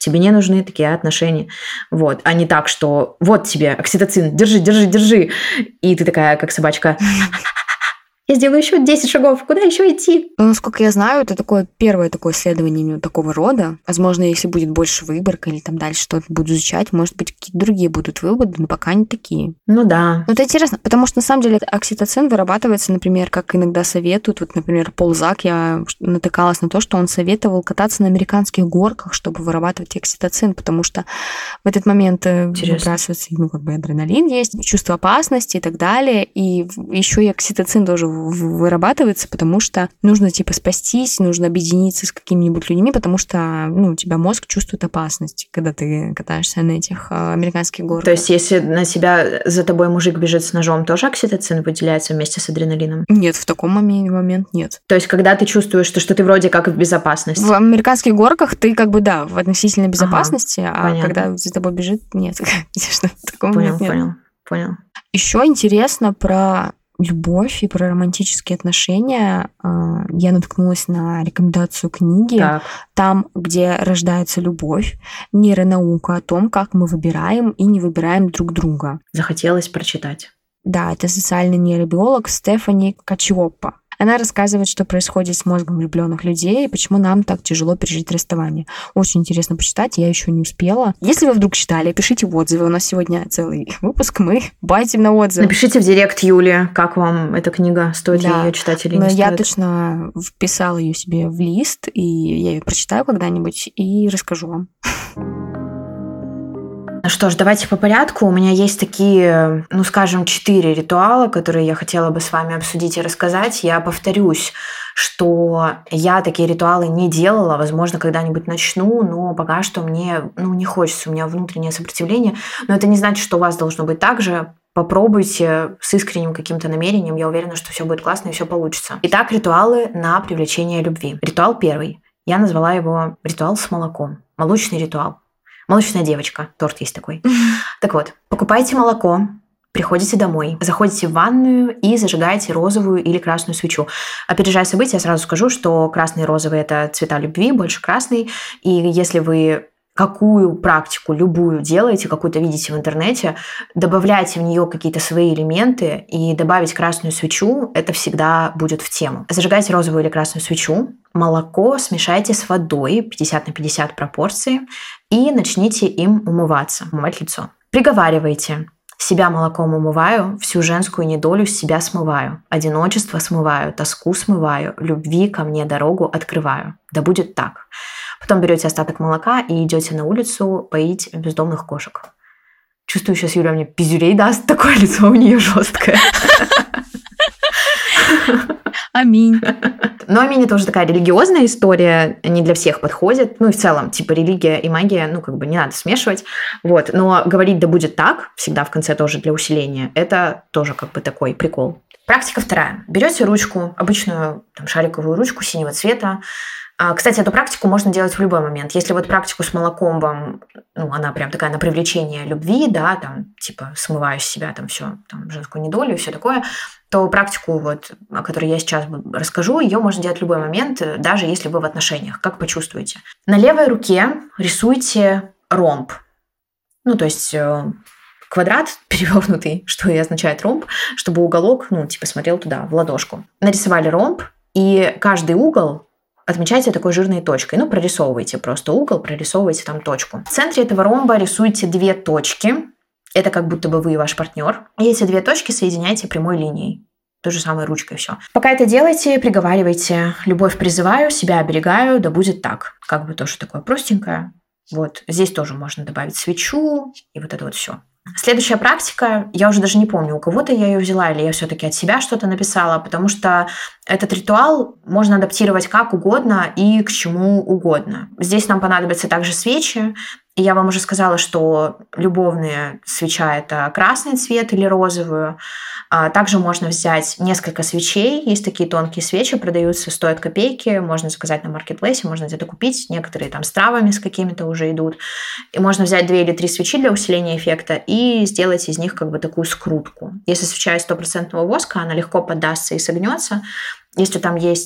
Speaker 2: Тебе не нужны такие отношения. Вот. А не так, что вот тебе окситоцин, держи, держи, держи. И ты такая, как собачка... Я сделаю еще 10 шагов. Куда еще идти?
Speaker 1: Ну, насколько я знаю, это первое такое исследование именно такого рода. Возможно, если будет больше выборка или там дальше что-то буду изучать, может быть, какие-то другие будут выводы, но пока не такие.
Speaker 2: Ну да.
Speaker 1: Но это интересно, потому что на самом деле окситоцин вырабатывается, например, как иногда советуют. Вот, например, Пол Зак, я натыкалась на то, что он советовал кататься на американских горках, чтобы вырабатывать окситоцин, потому что в этот момент выбрасывается, адреналин есть, чувство опасности и так далее. И еще и окситоцин тоже вырабатывается, потому что нужно спастись, нужно объединиться с какими-нибудь людьми, потому что у тебя мозг чувствует опасность, когда ты катаешься на этих американских горках.
Speaker 2: То есть если на тебя за тобой мужик бежит с ножом, тоже окситоцин выделяется вместе с адреналином?
Speaker 1: Нет, в таком момент нет.
Speaker 2: То есть когда ты чувствуешь, что ты вроде как в безопасности?
Speaker 1: В американских горках ты в относительной безопасности,
Speaker 2: понятно.
Speaker 1: Когда за тобой бежит, нет, конечно, в таком момент нет.
Speaker 2: Понял.
Speaker 1: Еще интересно про любовь и про романтические отношения. Я наткнулась на рекомендацию книги.
Speaker 2: Так.
Speaker 1: Там, где рождается любовь, нейронаука о том, как мы выбираем и не выбираем друг друга.
Speaker 2: Захотелось прочитать.
Speaker 1: Да, это социальный нейробиолог Стефани Качиоппа. Она рассказывает, что происходит с мозгом влюбленных людей и почему нам так тяжело пережить расставание. Очень интересно почитать, я еще не успела. Если вы вдруг читали, пишите отзывы. У нас сегодня целый выпуск, мы байтим на отзывы.
Speaker 2: Напишите в директ Юле, как вам эта книга, стоит ли ее читать или не стоит.
Speaker 1: Я точно вписала ее себе в лист, и я ее прочитаю когда-нибудь и расскажу вам.
Speaker 2: Что ж, давайте по порядку. У меня есть такие, 4 ритуала, которые я хотела бы с вами обсудить и рассказать. Я повторюсь, что я такие ритуалы не делала. Возможно, когда-нибудь начну, но пока что мне не хочется. У меня внутреннее сопротивление. Но это не значит, что у вас должно быть так же. Попробуйте с искренним каким-то намерением. Я уверена, что все будет классно и все получится. Итак, ритуалы на привлечение любви. Ритуал первый. Я назвала его ритуал с молоком. Молочный ритуал. Молочная девочка, торт есть такой. Так вот, покупайте молоко, приходите домой, заходите в ванную и зажигаете розовую или красную свечу. Опережая события, я сразу скажу, что красный и розовый – это цвета любви, больше красный. И если вы какую практику, любую делаете, какую-то видите в интернете, добавляйте в нее какие-то свои элементы, и добавить красную свечу – это всегда будет в тему. Зажигайте розовую или красную свечу, молоко смешайте с водой 50/50 пропорции и начните им умываться, умывать лицо. Приговаривайте: себя молоком умываю, всю женскую недолю с себя смываю, одиночество смываю, тоску смываю, любви ко мне дорогу открываю. Да будет так. Потом берете остаток молока и идете на улицу поить бездомных кошек. Чувствую, сейчас Юля мне пиздюлей даст, такое лицо у нее жесткое.
Speaker 1: Аминь.
Speaker 2: Но аминь – это уже такая религиозная история, не для всех подходит. И в целом, религия и магия, не надо смешивать. Вот. Но говорить «да будет так» всегда в конце тоже для усиления, это тоже такой прикол. Практика вторая. Берете ручку, обычную шариковую ручку синего цвета. Кстати, эту практику можно делать в любой момент. Если практику с молоком вам, она прям такая на привлечение любви, да, смываю с себя все, женскую недолю и все такое, то практику, о которой я сейчас расскажу, ее можно делать в любой момент, даже если вы в отношениях, как почувствуете. На левой руке рисуйте ромб. То есть квадрат перевернутый, что и означает ромб, чтобы уголок, смотрел туда, в ладошку. Нарисовали ромб, и каждый угол отмечайте такой жирной точкой. Прорисовывайте просто угол, прорисовывайте там точку. В центре этого ромба рисуйте 2 точки. Это как будто бы вы и ваш партнер. И эти 2 точки соединяйте прямой линией. Той же самой ручкой все. Пока это делаете, приговаривайте: любовь призываю, себя оберегаю, да будет так. Тоже такое простенькое. Здесь тоже можно добавить свечу и это все. Следующая практика, я уже даже не помню, у кого-то я ее взяла или я все-таки от себя что-то написала, потому что этот ритуал можно адаптировать как угодно и к чему угодно. Здесь нам понадобятся также свечи. И я вам уже сказала, что любовная свеча – это красный цвет или розовую. Также можно взять несколько свечей. Есть такие тонкие свечи, продаются, стоят копейки. Можно заказать на маркетплейсе, можно где-то купить. Некоторые с травами с какими-то уже идут. И можно взять 2 или 3 свечи для усиления эффекта и сделать из них такую скрутку. Если свеча из 100% воска, она легко поддастся и согнется. Если там есть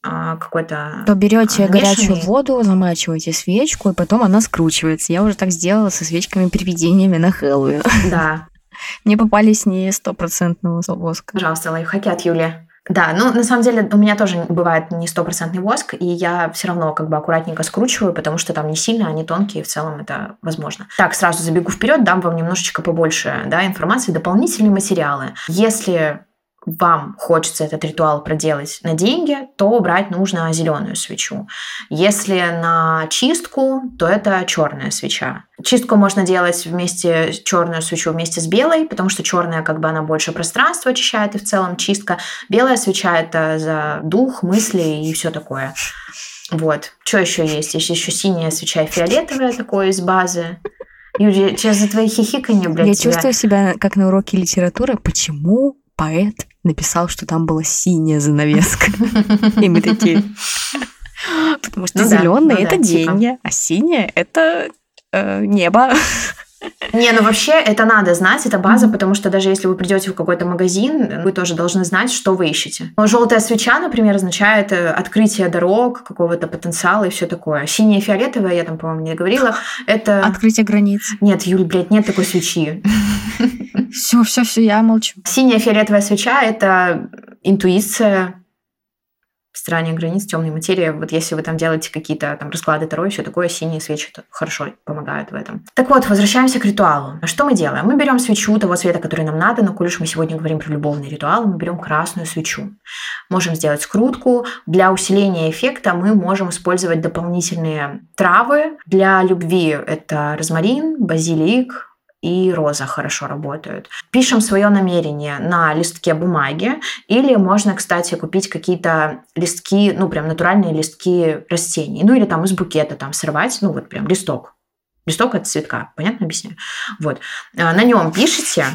Speaker 2: какой-то
Speaker 1: То берете горячую
Speaker 2: намешанный.
Speaker 1: воду, замачиваете свечку, и потом она скручивается. Я уже так сделала со свечками-привидениями на Хэллоуин.
Speaker 2: Да,
Speaker 1: Мне попались не 100% воска.
Speaker 2: пожалуйста, лайфхаки от Юли. Да, ну, на самом деле, у меня тоже бывает не 100% воск, и я все равно как бы аккуратненько скручиваю, потому что там не сильно, они тонкие, и в целом это возможно. Так, сразу забегу вперед, дам вам немножечко побольше, да, информации, дополнительные материалы. Если вам хочется этот ритуал проделать на деньги, то брать нужно зеленую свечу. Если на чистку, то это черная свеча. Чистку можно делать вместе, черную свечу вместе с белой, потому что черная как бы она больше пространства очищает, и в целом чистка. Белая свеча это за дух, мысли и все такое. Вот. Что еще есть? Есть еще синяя свеча и фиолетовая такое из базы. Юрий, сейчас за твои хихиканья, блядь,
Speaker 1: Я
Speaker 2: тебя...
Speaker 1: чувствую себя как на уроке литературы. Почему поэт написал, что там была синяя занавеска? И мы такие... Потому что зеленый это деньги, а синяя это небо.
Speaker 2: Не, ну вообще это надо знать, это база, потому что даже если вы придете в какой-то магазин, вы тоже должны знать, что вы ищете. Желтая свеча, например, означает открытие дорог, какого-то потенциала и все такое. Синяя и фиолетовая, я там, по-моему, не говорила, это...
Speaker 1: Открытие границ.
Speaker 2: Нет, Юль, блядь, нет такой свечи.
Speaker 1: Все, я молчу.
Speaker 2: Синяя фиолетовая свеча – это интуиция, стирание границ, темной материи. Вот если вы там делаете какие-то там расклады Таро и все такое, синие свечи хорошо помогают в этом. Так вот, возвращаемся к ритуалу. Что мы делаем? Мы берем свечу того цвета, который нам надо, но коль уж мы сегодня говорим про любовный ритуал, мы берем красную свечу. Можем сделать скрутку. Для усиления эффекта мы можем использовать дополнительные травы. Для любви это розмарин, базилик, и роза хорошо работают. Пишем свое намерение на листке бумаги, или можно, кстати, купить какие-то листки, ну, прям натуральные листки растений, ну, или там из букета там сорвать, ну, вот прям листок. Листок от цветка, понятно объясняю? Вот. На нем пишите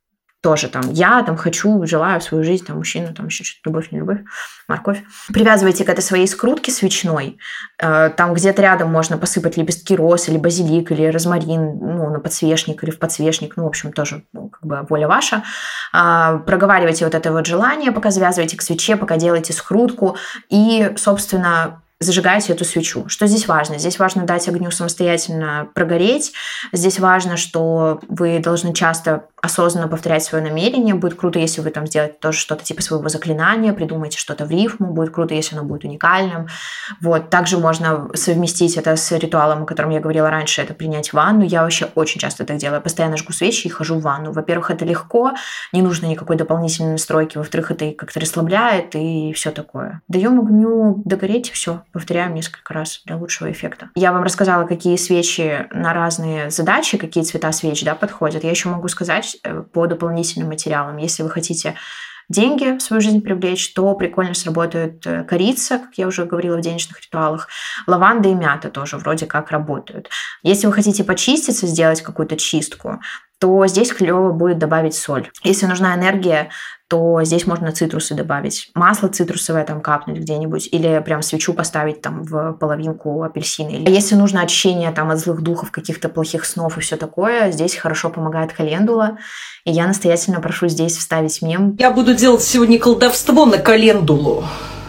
Speaker 2: тоже там я там хочу, желаю в свою жизнь там мужчину, там еще что-то, любовь, не любовь, морковь. Привязывайте к этой своей скрутке свечной. Там где-то рядом можно посыпать лепестки роз или базилик, или розмарин, ну, на подсвечник или в подсвечник, ну, в общем, тоже как бы воля ваша. Проговаривайте вот это вот желание, пока завязываете к свече, пока делаете скрутку и, собственно, зажигаете эту свечу. Что здесь важно? Здесь важно дать огню самостоятельно прогореть. Здесь важно, что вы должны часто осознанно повторять свое намерение. Будет круто, если вы там сделаете тоже что-то типа своего заклинания, придумаете что-то в рифму. Будет круто, если оно будет уникальным. Вот. Также можно совместить это с ритуалом, о котором я говорила раньше, это принять ванну. Я вообще очень часто так делаю. Я постоянно жгу свечи и хожу в ванну. Во-первых, это легко, не нужно никакой дополнительной настройки. Во-вторых, это как-то расслабляет и все такое. Даем огню догореть, и все. Повторяем несколько раз для лучшего эффекта. Я вам рассказала, какие свечи на разные задачи, какие цвета свеч, да, подходят. Я еще могу сказать по дополнительным материалам. Если вы хотите деньги в свою жизнь привлечь, то прикольно сработает корица, как я уже говорила в денежных ритуалах. Лаванда и мята тоже вроде как работают. Если вы хотите почиститься, сделать какую-то чистку, то здесь клево будет добавить соль. Если нужна энергия, то здесь можно цитрусы добавить. Масло цитрусовое там капнуть где-нибудь, или прям свечу поставить там в половинку апельсина. Если нужно очищение там от злых духов, каких-то плохих снов и все такое, здесь хорошо помогает календула. И я настоятельно прошу здесь вставить мем.
Speaker 3: Я буду делать сегодня колдовство на календулу,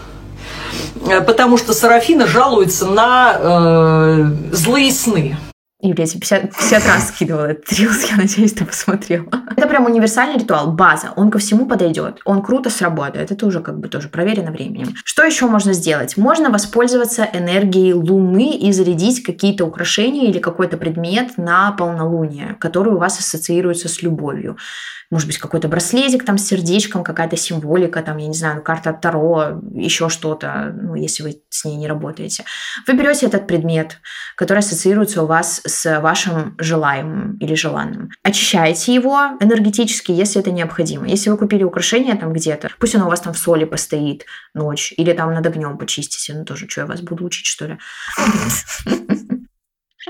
Speaker 3: потому что Серафина жалуется на злые сны.
Speaker 2: Юлия, я тебе 50 раз скидывала этот рилс, я надеюсь, ты посмотрела. Это прям универсальный ритуал, база, он ко всему подойдет, он круто сработает, это уже как бы тоже проверено временем. Что еще можно сделать? Можно воспользоваться энергией Луны и зарядить какие-то украшения или какой-то предмет на полнолуние, который у вас ассоциируется с любовью. Может быть, какой-то браслетик там с сердечком, какая-то символика, там, я не знаю, карта Таро, еще что-то, ну, если вы с ней не работаете. Вы берете этот предмет, который ассоциируется у вас с вашим желаемым или желанным. Очищаете его энергетически, если это необходимо. Если вы купили украшение там где-то, пусть оно у вас там в соли постоит ночь, или там над огнем почистите. Ну, тоже, что я вас буду учить, что ли?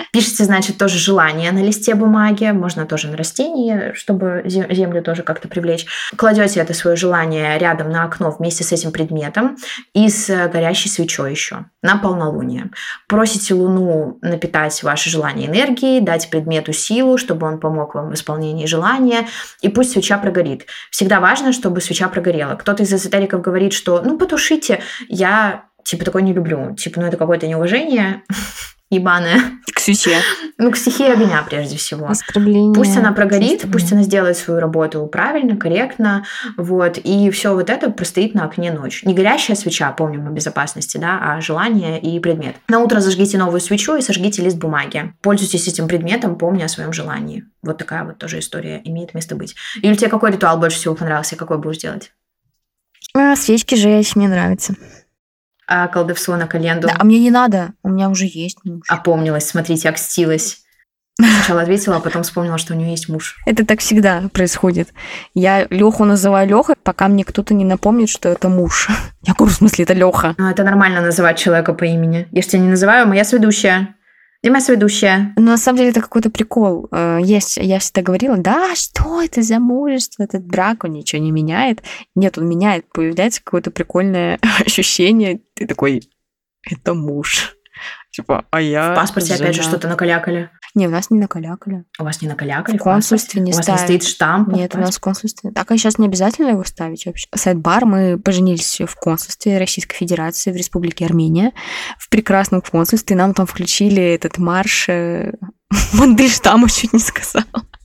Speaker 2: Пишите, значит, тоже желание на листе бумаги, можно тоже на растении, чтобы землю тоже как-то привлечь. Кладете это свое желание рядом на окно вместе с этим предметом и с горящей свечой еще на полнолуние. Просите Луну напитать ваше желание энергией, дать предмету силу, чтобы он помог вам в исполнении желания, и пусть свеча прогорит. Всегда важно, чтобы свеча прогорела. Кто-то из эзотериков говорит, что потушите. Я, такое не люблю. Это какое-то неуважение ебаное.
Speaker 1: К свече.
Speaker 2: К стихии огня, прежде всего.
Speaker 1: Оскорбление.
Speaker 2: Пусть она прогорит, пусть она сделает свою работу правильно, корректно, и все это простоит на окне ночь. Не горящая свеча, помним о безопасности, да, а желание и предмет. На утро зажгите новую свечу и сожгите лист бумаги. Пользуйтесь этим предметом, помня о своем желании. Вот такая тоже история имеет место быть. Юль, тебе какой ритуал больше всего понравился? Какой будешь делать?
Speaker 1: Свечки жечь, мне нравится.
Speaker 2: А колдовство на календу?
Speaker 1: Да, а мне не надо, у меня уже есть муж.
Speaker 2: Опомнилась, смотрите, окстилась. Сначала ответила, а потом вспомнила, что у нее есть муж.
Speaker 1: Это так всегда происходит. Я Леху называю Лехой, пока мне кто-то не напомнит, что это муж. Я говорю, в смысле, это Леха.
Speaker 2: Это нормально называть человека по имени. Я же тебя не называю, моя сведущая. Где моя сведущая?
Speaker 1: На самом деле это какой-то прикол. Я всегда говорила, да, что это за мужество, этот брак, он ничего не меняет. Нет, он меняет, появляется какое-то прикольное ощущение. Ты такой, это муж. А я...
Speaker 2: В паспорте опять же что-то накалякали?
Speaker 1: Не, у нас не накалякали.
Speaker 2: У вас не накалякали?
Speaker 1: В консульстве не ставят.
Speaker 2: У вас не стоит штамп?
Speaker 1: Нет, у нас в консульстве. Так, а сейчас не обязательно его ставить вообще. Сайт-бар, мы поженились в консульстве Российской Федерации в Республике Армения. В прекрасном консульстве. Нам там включили этот марш. Мандельштама чуть не сказала.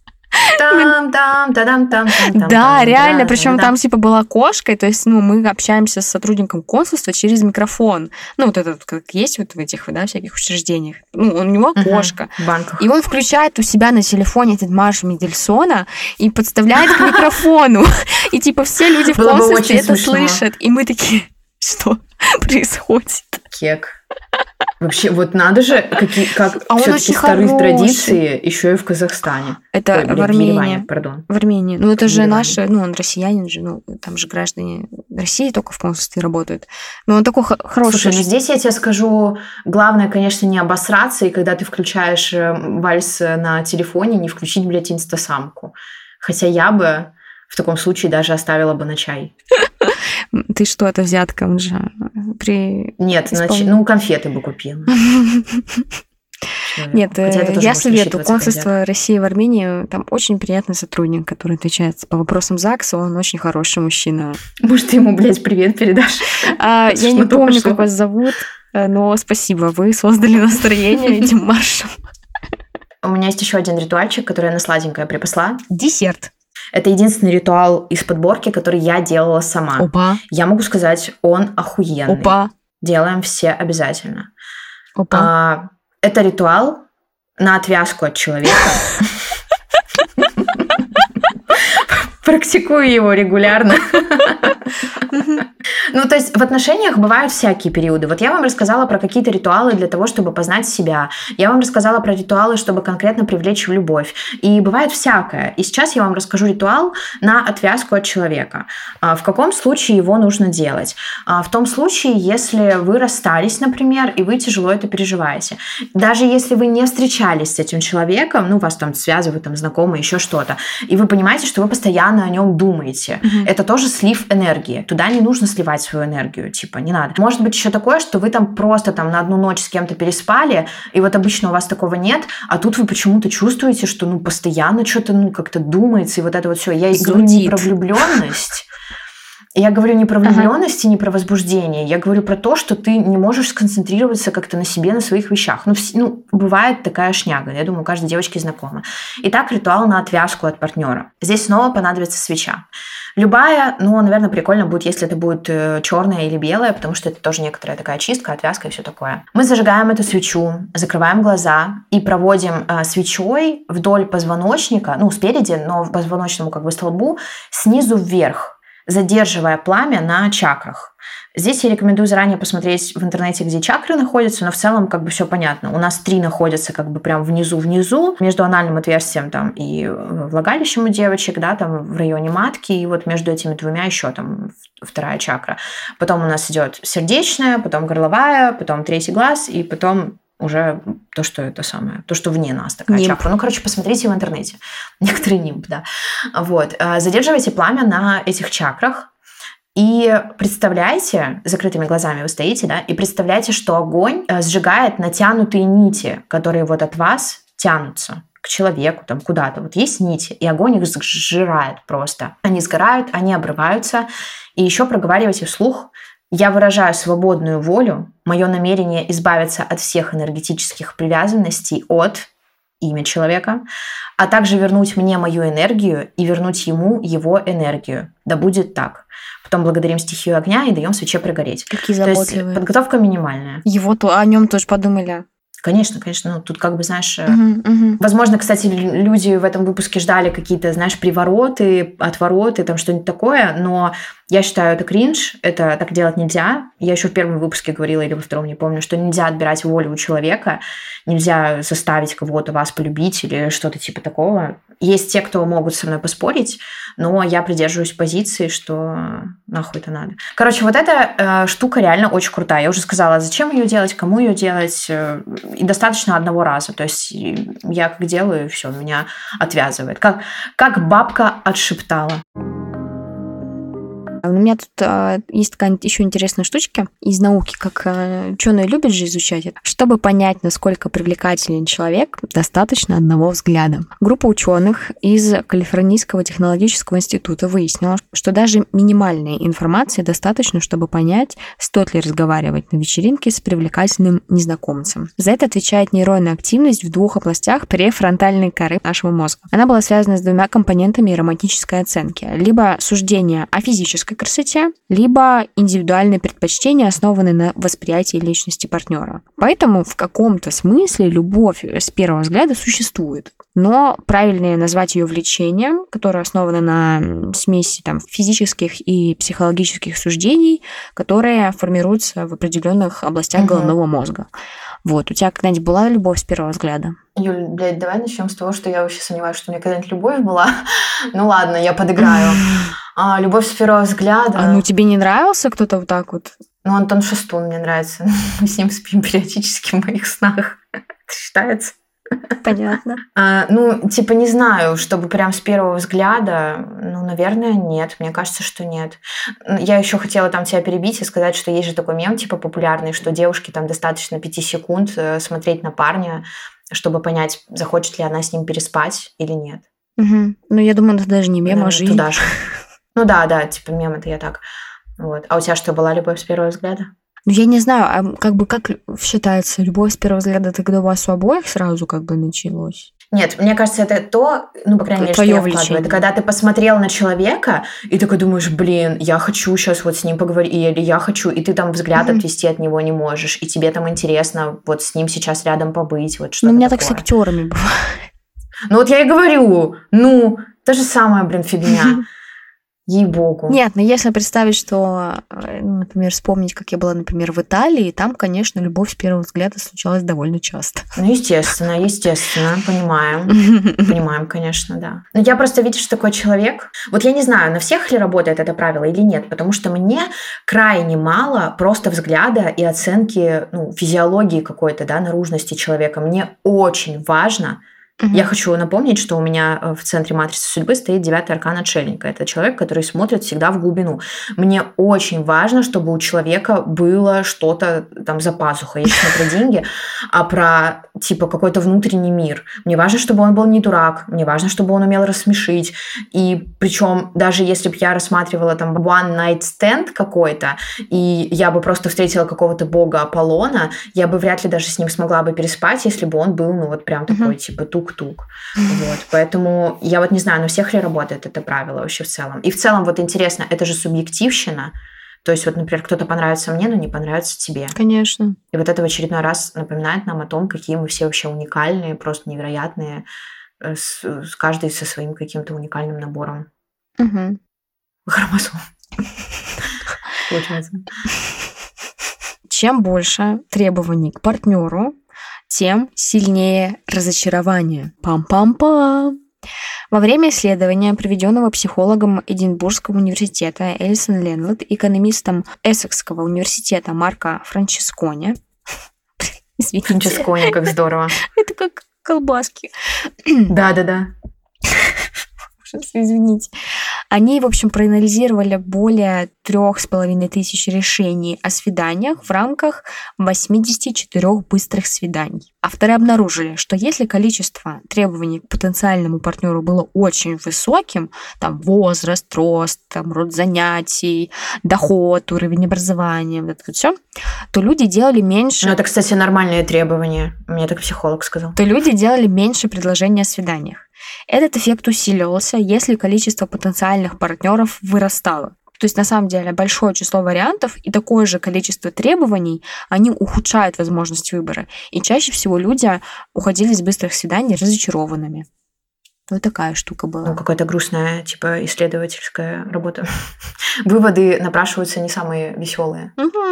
Speaker 1: Да, реально, причем там была кошка, то есть мы общаемся с сотрудником консульства через микрофон. Этот, как есть в этих, всяких учреждениях. У него кошка. И он включает у себя на телефоне этот марш Мендельсона и подставляет к микрофону. И все люди в консульстве это слышат. И мы такие, что происходит?
Speaker 2: Кек. Вообще, надо же, как все-таки старые традиции еще и в Казахстане.
Speaker 1: Это в Армении.
Speaker 2: Пардон.
Speaker 1: В Армении. Это же наши, он россиянин же, там же граждане России только в консульстве работают. Но он такой хороший.
Speaker 2: Слушай, здесь я тебе скажу, главное, конечно, не обосраться, и когда ты включаешь вальс на телефоне, не включить, блядь, инстасамку. Хотя я бы в таком случае даже оставила бы на чай.
Speaker 1: Ты что, это взятка? Он же
Speaker 2: Нет, конфеты бы купила.
Speaker 1: Нет, я советую. Консульство России в Армении, там очень приятный сотрудник, который отвечает по вопросам ЗАГСа, он очень хороший мужчина.
Speaker 2: Может, ты ему, блядь, привет передашь?
Speaker 1: Я не помню, как вас зовут, но спасибо, вы создали настроение этим маршем.
Speaker 2: У меня есть еще один ритуальчик, который я на сладенькое припасла.
Speaker 1: Десерт.
Speaker 2: Это единственный ритуал из подборки, который я делала сама.
Speaker 1: Опа.
Speaker 2: Я могу сказать, он охуенный.
Speaker 1: Опа.
Speaker 2: Делаем все обязательно.
Speaker 1: Опа.
Speaker 2: Это ритуал на отвязку от человека. Практикую его регулярно. То есть в отношениях бывают всякие периоды. Я вам рассказала про какие-то ритуалы для того, чтобы познать себя. Я вам рассказала про ритуалы, чтобы конкретно привлечь в любовь. И бывает всякое. И сейчас я вам расскажу ритуал на отвязку от человека. В каком случае его нужно делать? В том случае, если вы расстались, например, и вы тяжело это переживаете. Даже если вы не встречались с этим человеком, вас там связывают, знакомые, еще что-то, и вы понимаете, что вы постоянно о нем думаете. Это тоже слив энергии. Туда не нужно сливать свою энергию, не надо. Может быть еще такое, что вы там просто на одну ночь с кем-то переспали, и обычно у вас такого нет, а тут вы почему-то чувствуете, что постоянно что-то как-то думается, и это все. Я говорю не про влюбленность. Я говорю не про влюбленность и не про возбуждение. Я говорю про то, что ты не можешь сконцентрироваться как-то на себе, на своих вещах. Бывает такая шняга. Я думаю, каждой девочке знакома. Итак, ритуал на отвязку от партнера. Здесь снова понадобится свеча. Любая, наверное, прикольно будет, если это будет черная или белая, потому что это тоже некоторая такая чистка, отвязка и все такое. Мы зажигаем эту свечу, закрываем глаза и проводим свечой вдоль позвоночника, спереди, но в позвоночному столбу, снизу вверх, задерживая пламя на чакрах. Здесь я рекомендую заранее посмотреть в интернете, где чакры находятся, но в целом все понятно. У нас 3 находятся прям внизу, между анальным отверстием и влагалищем у девочек, в районе матки, и между этими 2 еще 2 чакра. Потом у нас идет сердечная, потом горловая, потом 3-й глаз, и потом уже то, что это самое, то, что вне нас такая
Speaker 1: Нимб.
Speaker 2: чакра. Ну, короче, посмотрите в интернете. Некоторые нимб, да. Вот. Задерживайте пламя на этих чакрах и представляйте, закрытыми глазами вы стоите, да, и представляйте, что огонь сжигает натянутые нити, которые вот от вас тянутся к человеку, там, куда-то. Вот есть нити, и огонь их сжирает просто. Они сгорают, они обрываются. И еще проговаривайте вслух: «Я выражаю свободную волю, мое намерение избавиться от всех энергетических привязанностей от имя человека, а также вернуть мне мою энергию и вернуть ему его энергию. Да будет так». Потом благодарим стихию огня и даем свече прогореть.
Speaker 1: Какие
Speaker 2: То есть
Speaker 1: заботливые.
Speaker 2: подготовка минимальная.
Speaker 1: О нем тоже подумали.
Speaker 2: Конечно, ну, тут как бы, знаешь...
Speaker 1: Мгм.
Speaker 2: Возможно, кстати, люди в этом выпуске ждали какие-то, знаешь, привороты, отвороты, там что-нибудь такое, но я считаю, это кринж, это так делать нельзя. Я еще в первом выпуске говорила, или во втором, не помню, что нельзя отбирать волю у человека, нельзя заставить кого-то вас полюбить или что-то типа такого. Есть те, кто могут со мной поспорить, но я придерживаюсь позиции, что нахуй это надо. Короче, вот эта штука реально очень крутая. Я уже сказала, зачем ее делать, кому ее делать, и достаточно одного раза. То есть я как делаю, все, меня отвязывает. Как бабка отшептала.
Speaker 1: У меня тут есть такая еще интересная штучка из науки, как ученые любят же изучать это. Чтобы понять, насколько привлекателен человек, достаточно одного взгляда. Группа ученых из Калифорнийского технологического института выяснила, что даже минимальной информации достаточно, чтобы понять, стоит ли разговаривать на вечеринке с привлекательным незнакомцем. За это отвечает нейронная активность в двух областях префронтальной коры нашего мозга. Она была связана с двумя компонентами романтической оценки. Либо суждение о физической красоте, либо индивидуальные предпочтения, основанные на восприятии личности партнера. Поэтому в каком-то смысле любовь с первого взгляда существует. Но правильнее назвать ее влечением, которое основано на смеси физических и психологических суждений, которые формируются в определенных областях головного мозга. Вот, у тебя когда-нибудь была любовь с первого взгляда?
Speaker 2: Юль, блядь, давай начнем с того, что я вообще сомневаюсь, что у меня когда-нибудь любовь была. Ну ладно, я подыграю. Любовь с первого взгляда.
Speaker 1: Тебе не нравился кто-то вот так вот?
Speaker 2: Ну, Антон Шестун мне нравится. Мы с ним спим периодически в моих снах. Это считается?
Speaker 1: Понятно.
Speaker 2: Не знаю, чтобы прям с первого взгляда, наверное, нет. Мне кажется, что нет. Я еще хотела тебя перебить и сказать, что есть же такой мем, популярный, что девушке достаточно 5 секунд смотреть на парня, чтобы понять, захочет ли она с ним переспать или нет.
Speaker 1: Угу. Я думаю, это даже не мем, а жизнь.
Speaker 2: Туда же. Да, мем это я так. Вот. А у тебя что, была любовь с первого взгляда?
Speaker 1: Я не знаю, как считается, любовь с первого взгляда, это когда у вас у обоих сразу началось?
Speaker 2: Нет, мне кажется, это то, по крайней мере, что я вкладываю. Это когда ты посмотрел на человека, и такой думаешь, блин, я хочу сейчас вот с ним поговорить, или я хочу, и ты взгляд отвести от него не можешь, и тебе интересно вот с ним сейчас рядом побыть, вот что-то
Speaker 1: у меня
Speaker 2: такое.
Speaker 1: Так с актерами бывает.
Speaker 2: Я и говорю, та же самая, фигня. Ей-богу.
Speaker 1: Нет, если представить, что, например, вспомнить, как я была, например, в Италии, там, конечно, любовь с первого взгляда случалась довольно часто.
Speaker 2: Естественно, понимаем, конечно, да. Но я просто, видишь, такой человек. Вот я не знаю, на всех ли работает это правило или нет, потому что мне крайне мало просто взгляда и оценки, физиологии какой-то, наружности человека. Мне очень важно. Я хочу напомнить, что у меня в центре матрицы судьбы стоит 9-й аркан отшельника. Это человек, который смотрит всегда в глубину. Мне очень важно, чтобы у человека было что-то за пазухой. Я сейчас не про деньги, а про какой-то внутренний мир. Мне важно, чтобы он был не дурак. Мне важно, чтобы он умел рассмешить. И причем даже если бы я рассматривала one night stand какой-то, и я бы просто встретила какого-то бога Аполлона, я бы вряд ли даже с ним смогла бы переспать, если бы он был, прям такой, тук-тук. Вот. Поэтому я не знаю, на всех ли работает это правило вообще в целом. И в целом интересно, это же субъективщина. То есть например, кто-то понравится мне, но не понравится тебе.
Speaker 1: Конечно.
Speaker 2: И это в очередной раз напоминает нам о том, какие мы все вообще уникальные, просто невероятные, каждый со своим каким-то уникальным набором хромосом. Получается.
Speaker 1: Чем больше требований к партнеру, тем сильнее разочарование. Пам-пам-пам! Во время исследования, проведенного психологом Эдинбургского университета Элисон Ленлет и экономистом Эссекского университета Марко Франческоне,
Speaker 2: Чинческони, как здорово.
Speaker 1: Это как колбаски.
Speaker 2: Да.
Speaker 1: Извините. Они, в общем, проанализировали более 3500 решений о свиданиях в рамках 84 быстрых свиданий. Авторы обнаружили, что если количество требований к потенциальному партнеру было очень высоким, там возраст, рост, там, род занятий, доход, уровень образования, вот это все, то люди делали меньше...
Speaker 2: Ну, это, кстати, нормальные требования. Мне так психолог сказал.
Speaker 1: То люди делали меньше предложений о свиданиях. Этот эффект усиливался, если количество потенциальных партнеров вырастало. То есть, на самом деле, большое число вариантов и такое же количество требований, они ухудшают возможность выбора. И чаще всего люди уходили с быстрых свиданий разочарованными. Вот такая штука была.
Speaker 2: Ну, какая-то грустная, типа, исследовательская работа. Выводы напрашиваются не самые веселые.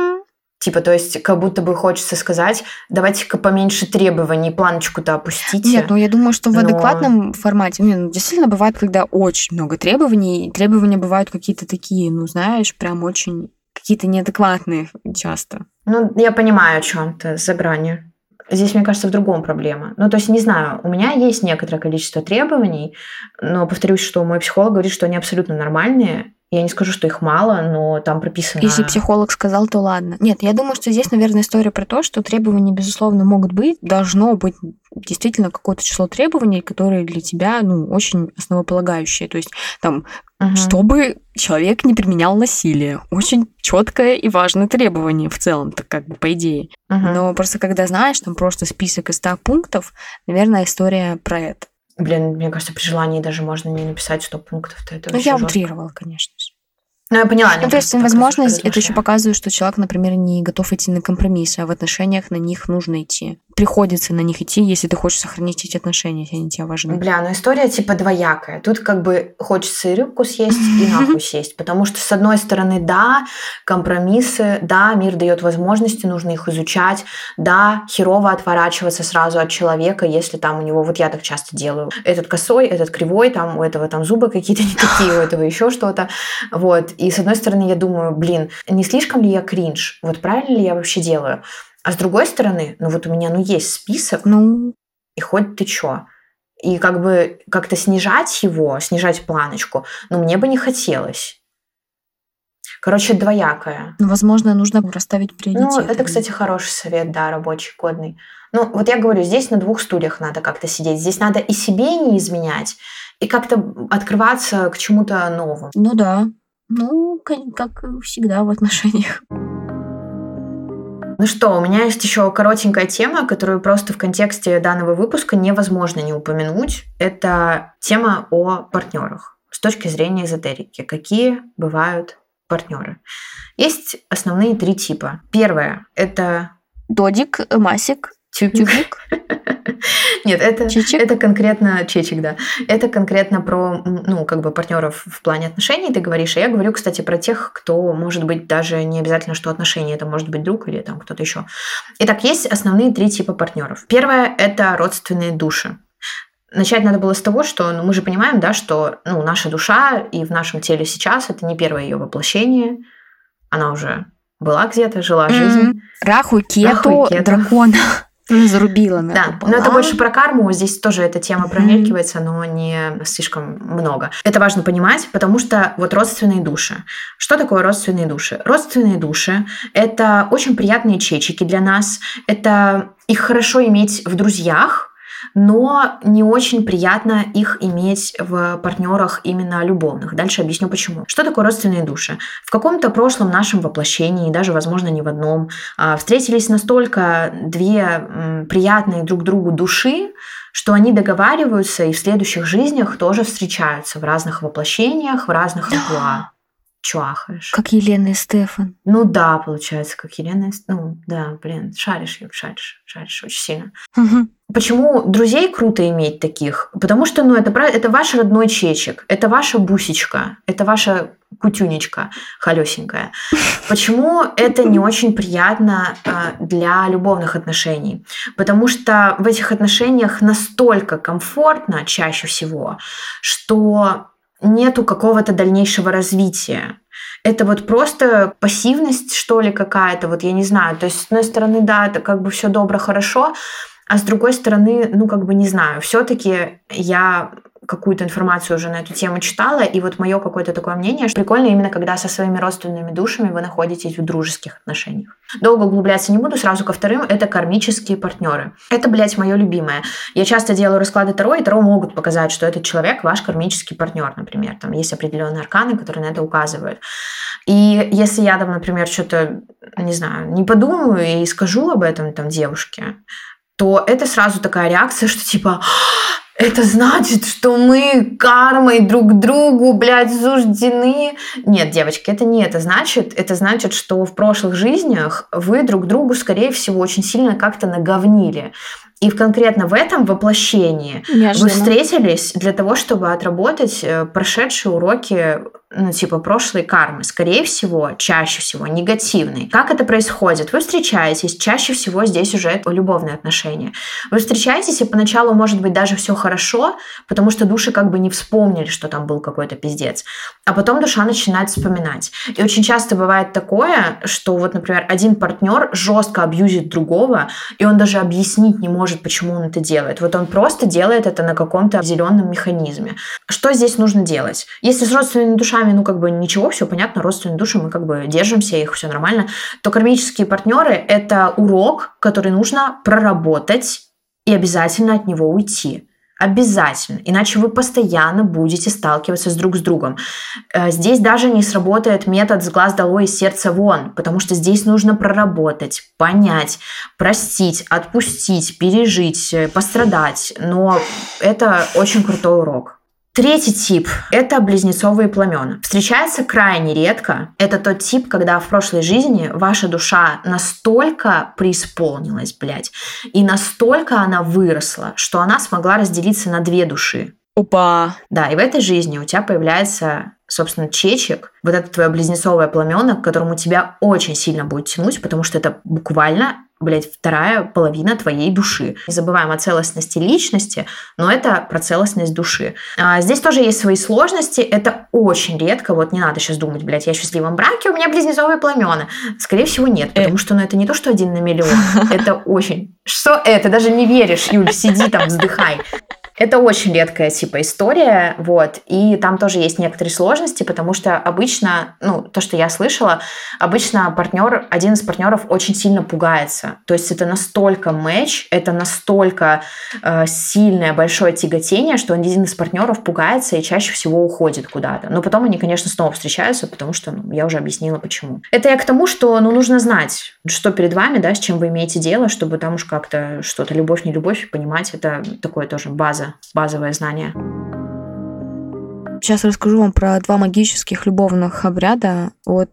Speaker 2: Типа, то есть, как будто бы хочется сказать, давайте-ка поменьше требований, планочку-то опустите.
Speaker 1: Нет, ну я думаю, что в адекватном формате, действительно бывает, когда очень много требований, и требования бывают какие-то такие, ну знаешь, прям очень какие-то неадекватные часто.
Speaker 2: Ну, я понимаю, о чем ты, за гранью. Здесь, мне кажется, в другом проблема. Ну, то есть, не знаю, у меня есть некоторое количество требований, но повторюсь, что мой психолог говорит, что они абсолютно нормальные. Я не скажу, что их мало, но там прописано...
Speaker 1: Если психолог сказал, то ладно. Нет, я думаю, что здесь, наверное, история про то, что требования, безусловно, могут быть. Должно быть действительно какое-то число требований, которые для тебя, очень основополагающие. То есть там, чтобы человек не применял насилие. Очень четкое и важное требование в целом-то, как бы, по идее. Но просто когда знаешь, там просто список из 100 пунктов, наверное, история про это.
Speaker 2: Блин, мне кажется, при желании даже можно не написать 100 пунктов-то. Это
Speaker 1: я утрировала, конечно же.
Speaker 2: Ну, я поняла.
Speaker 1: То есть, возможно, это еще показывает, что человек, например, не готов идти на компромиссы, а в отношениях на них нужно идти. Приходится на них идти, если ты хочешь сохранить эти отношения, если они тебе важны.
Speaker 2: История типа двоякая. Тут как бы хочется и рыбку съесть, и нахуй съесть. Потому что, с одной стороны, да, компромиссы, да, мир дает возможности, нужно их изучать, да, херово отворачиваться сразу от человека, если там у него, вот я так часто делаю, этот косой, этот кривой, там у этого там зубы какие-то не такие, у этого еще что-то. Вот. И с одной стороны, я думаю, не слишком ли я кринж? Вот правильно ли я вообще делаю? А с другой стороны, вот у меня, есть список, и хоть ты чё. И как бы как-то снижать планочку, мне бы не хотелось. Короче, двоякое.
Speaker 1: Возможно, нужно расставить приоритеты.
Speaker 2: Это, кстати, хороший совет, да, рабочий, годный. Вот я говорю, здесь на 2 стульях надо как-то сидеть. Здесь надо и себе не изменять, и как-то открываться к чему-то новому.
Speaker 1: Ну да. Как всегда в отношениях.
Speaker 2: Ну что, у меня есть еще коротенькая тема, которую просто в контексте данного выпуска невозможно не упомянуть. Это тема о партнерах с точки зрения эзотерики. Какие бывают партнеры? Есть основные 3 типа. Первое – это...
Speaker 1: Додик, масик, тюбик.
Speaker 2: Нет, это конкретно чечек, да. Это конкретно про, партнеров в плане отношений, ты говоришь. А я говорю, кстати, про тех, кто, может быть, даже не обязательно, что отношения. Это может быть друг или там кто-то еще. Итак, есть основные 3 типа партнеров. Первое – это родственные души. Начать надо было с того, что мы же понимаем, да, что наша душа и в нашем теле сейчас – это не первое ее воплощение. Она уже была где-то, жила жизнь.
Speaker 1: Раху, кету, дракона. Зарубила.
Speaker 2: Да, но это больше про карму. Здесь тоже эта тема промелькивается, но не слишком много. Это важно понимать, потому что родственные души. Что такое родственные души? Родственные души – это очень приятные чечики для нас. Это их хорошо иметь в друзьях, но не очень приятно их иметь в партнерах именно любовных. Дальше объясню почему. Что такое родственные души? В каком-то прошлом нашем воплощении, даже, возможно, не в одном, встретились настолько 2 приятные друг другу души, что они договариваются и в следующих жизнях тоже встречаются в разных воплощениях, в разных амплуа. Чё ахаешь?
Speaker 1: Как Елена и Стефан.
Speaker 2: Да, получается, как Елена и Стефан. Шаришь очень сильно. Почему друзей круто иметь таких? Потому что, это ваш родной чечек, это ваша бусечка, это ваша кутюнечка холёсенькая. Почему это не очень приятно для любовных отношений? Потому что в этих отношениях настолько комфортно чаще всего, что нету какого-то дальнейшего развития. Это вот просто пассивность, что ли, какая-то, вот я не знаю. То есть, с одной стороны, да, это как бы все добро, хорошо, а с другой стороны, ну, как бы не знаю. Все-таки я какую-то информацию уже на эту тему читала, и вот мое какое-то такое мнение, что прикольно именно, когда со своими родственными душами вы находитесь в дружеских отношениях. Долго углубляться не буду, сразу ко вторым, это кармические партнеры. Это, блядь, мое любимое. Я часто делаю расклады Таро, и Таро могут показать, что этот человек ваш кармический партнер, например. Там есть определенные арканы, которые на это указывают. И если я там, например, что-то, не знаю, не подумаю и скажу об этом там девушке, то это сразу такая реакция, что типа... Это значит, что мы кармой друг другу, блядь, суждены. Нет, девочки, это не это значит. Это значит, что в прошлых жизнях вы друг другу, скорее всего, очень сильно как-то наговнили. И конкретно в этом воплощении вы встретились для того, чтобы отработать прошедшие уроки, ну, типа, прошлой кармы. Скорее всего, чаще всего негативной. Как это происходит? Вы встречаетесь, чаще всего здесь уже любовные отношения. Вы встречаетесь, и поначалу, может быть, даже все хорошо, потому что души как бы не вспомнили, что там был какой-то пиздец. А потом душа начинает вспоминать. И очень часто бывает такое, что вот, например, один партнер жестко абьюзит другого, и он даже объяснить не может, почему он это делает. Вот он просто делает это на каком-то определенном механизме. Что здесь нужно делать? Если с родственными душами, ну, как бы ничего, все понятно, родственные души, мы как бы держимся, их все нормально, то кармические партнеры — это урок, который нужно проработать и обязательно от него уйти. Обязательно. Иначе вы постоянно будете сталкиваться друг с другом. Здесь даже не сработает метод «с глаз долой, из сердца вон», потому что здесь нужно проработать, понять, простить, отпустить, пережить, пострадать. Но это очень крутой урок. Третий тип – это близнецовые пламена. Встречается крайне редко. Это тот тип, когда в прошлой жизни ваша душа настолько преисполнилась, блядь, и настолько она выросла, что она смогла разделиться на две души.
Speaker 1: Опа!
Speaker 2: Да, и в этой жизни у тебя появляется, собственно, чечек, вот это твое близнецовое пламя, к которому тебя очень сильно будет тянуть, потому что это буквально, блядь, вторая половина твоей души. Не забываем о целостности личности, но это про целостность души. Здесь тоже есть свои сложности, это очень редко, вот не надо сейчас думать, блядь, я в счастливом браке, у меня близнецовые пламена. Скорее всего, нет, потому что, ну, это не то, что 1 на миллион, это очень... Что это? Даже не веришь, Юль, сиди там, вздыхай. Это очень редкая типа история, вот, и там тоже есть некоторые сложности, потому что обычно, ну, то, что я слышала, обычно один из партнеров очень сильно пугается, то есть это настолько матч, это настолько сильное, большое тяготение, что один из партнеров пугается и чаще всего уходит куда-то, но потом они, конечно, снова встречаются, потому что, ну, я уже объяснила, почему. Это я к тому, что, ну, нужно знать, что перед вами, да, с чем вы имеете дело, чтобы там уж как-то что-то, любовь, не любовь, понимать, это такое тоже базовое знание.
Speaker 1: Сейчас расскажу вам про 2 магических любовных обряда от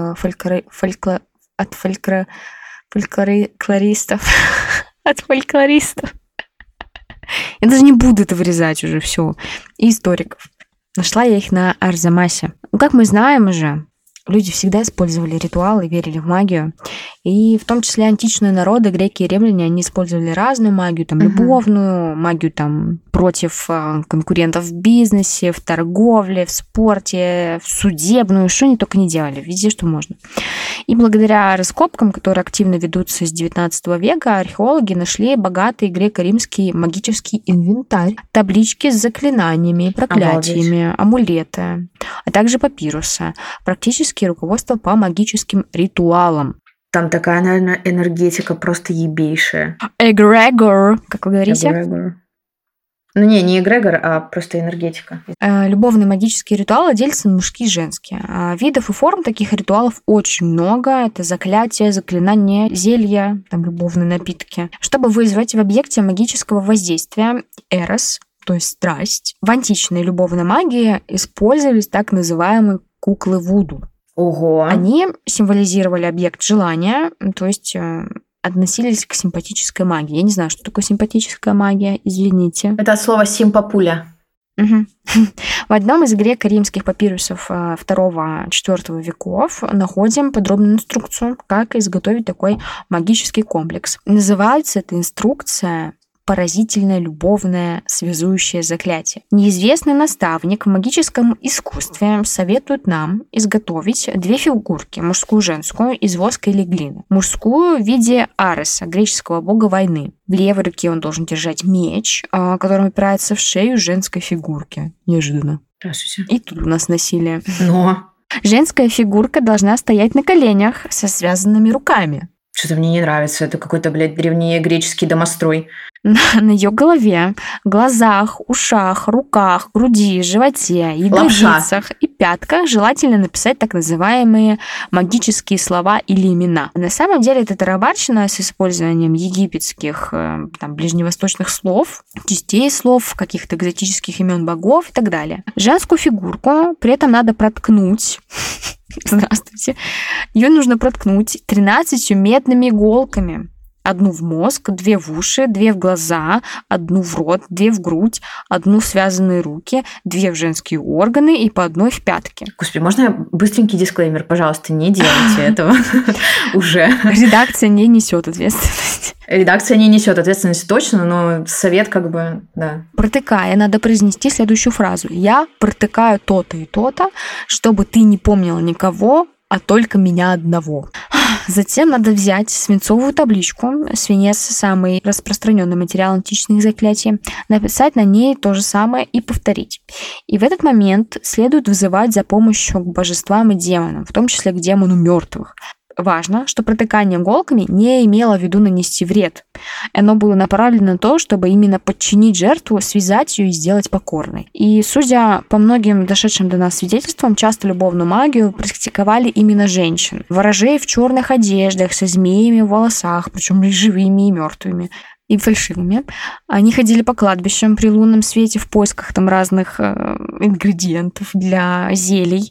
Speaker 1: фольклористов. От фольклористов. Я даже не буду это вырезать уже, все. И историков. Нашла я их на Арзамасе. Ну, как мы знаем уже, люди всегда использовали ритуалы, верили в магию. И в том числе античные народы, греки и римляне, они использовали разную магию, там, любовную, магию там, против конкурентов в бизнесе, в торговле, в спорте, в судебную, что они только не делали, везде, что можно. И благодаря раскопкам, которые активно ведутся с 19 века, археологи нашли богатый греко-римский магический инвентарь, таблички с заклинаниями, проклятиями, амулеты, а также папирусы, практически руководство по магическим ритуалам.
Speaker 2: Там такая, наверное, энергетика просто ебейшая.
Speaker 1: Эгрегор, как вы говорите?
Speaker 2: Эгрегор. Ну, не эгрегор, а просто энергетика.
Speaker 1: Любовные магические ритуалы делятся на мужские и женские. Видов и форм таких ритуалов очень много. Это заклятия, заклинания, зелья, там, любовные напитки. Чтобы вызвать в объекте магического воздействия эрос, то есть страсть, в античной любовной магии использовались так называемые куклы Вуду.
Speaker 2: Ого!
Speaker 1: Они символизировали объект желания, то есть относились к симпатической магии. Я не знаю, что такое симпатическая магия, извините.
Speaker 2: Это от слова симпапуля.
Speaker 1: Угу. В одном из греко-римских папирусов 2-4 веков находим подробную инструкцию, как изготовить такой магический комплекс. Называется эта инструкция поразительное любовное связующее заклятие. Неизвестный наставник в магическом искусстве советует нам изготовить 2 фигурки, мужскую и женскую, из воска или глины. Мужскую в виде Ареса, греческого бога войны. В левой руке он должен держать меч, которым упирается в шею женской фигурки. Неожиданно.
Speaker 2: Здравствуйте.
Speaker 1: И тут у нас насилие.
Speaker 2: Но
Speaker 1: Женская фигурка должна стоять на коленях со связанными руками.
Speaker 2: что-то мне не нравится. Это какой-то, древнегреческий домострой.
Speaker 1: На ее голове, глазах, ушах, руках, груди, животе, ягодицах и пятках желательно написать так называемые магические слова или имена. На самом деле это тарабарщина с использованием египетских, ближневосточных слов, частей слов, каких-то экзотических имен богов и так далее. Женскую фигурку при этом надо проткнуть. Здравствуйте. Ее нужно проткнуть 13 медными иголками. 1 в мозг, 2 в уши, 2 в глаза, 1 в рот, 2 в грудь, 1 в связанные руки, 2 в женские органы и по 1 в пятки.
Speaker 2: Господи, можно я быстренький дисклеймер? Пожалуйста, не делайте этого уже.
Speaker 1: Редакция не несет ответственности.
Speaker 2: Редакция не несет ответственности точно, но совет да.
Speaker 1: Протыкая, надо произнести следующую фразу. Я протыкаю то-то и то-то, чтобы ты не помнила никого, а только меня одного. Затем надо взять свинцовую табличку, свинец – самый распространенный материал античных заклятий, написать на ней то же самое и повторить. И в этот момент следует взывать за помощью к божествам и демонам, в том числе к демону мертвых. Важно, что протыкание иголками не имело в виду нанести вред. Оно было направлено на то, чтобы именно подчинить жертву, связать ее и сделать покорной. И, судя по многим дошедшим до нас свидетельствам, часто любовную магию практиковали именно женщины. Ворожеи в черных одеждах, со змеями в волосах, причем и живыми, и мертвыми. И фальшивыми. Они ходили по кладбищам при лунном свете в поисках разных ингредиентов для зелий.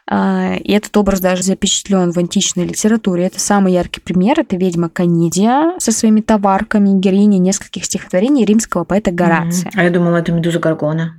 Speaker 1: И этот образ даже запечатлен в античной литературе. Это самый яркий пример. Это ведьма Канидия со своими товарками, героиня нескольких стихотворений римского поэта Горация.
Speaker 2: А я думала, это Медуза Горгона.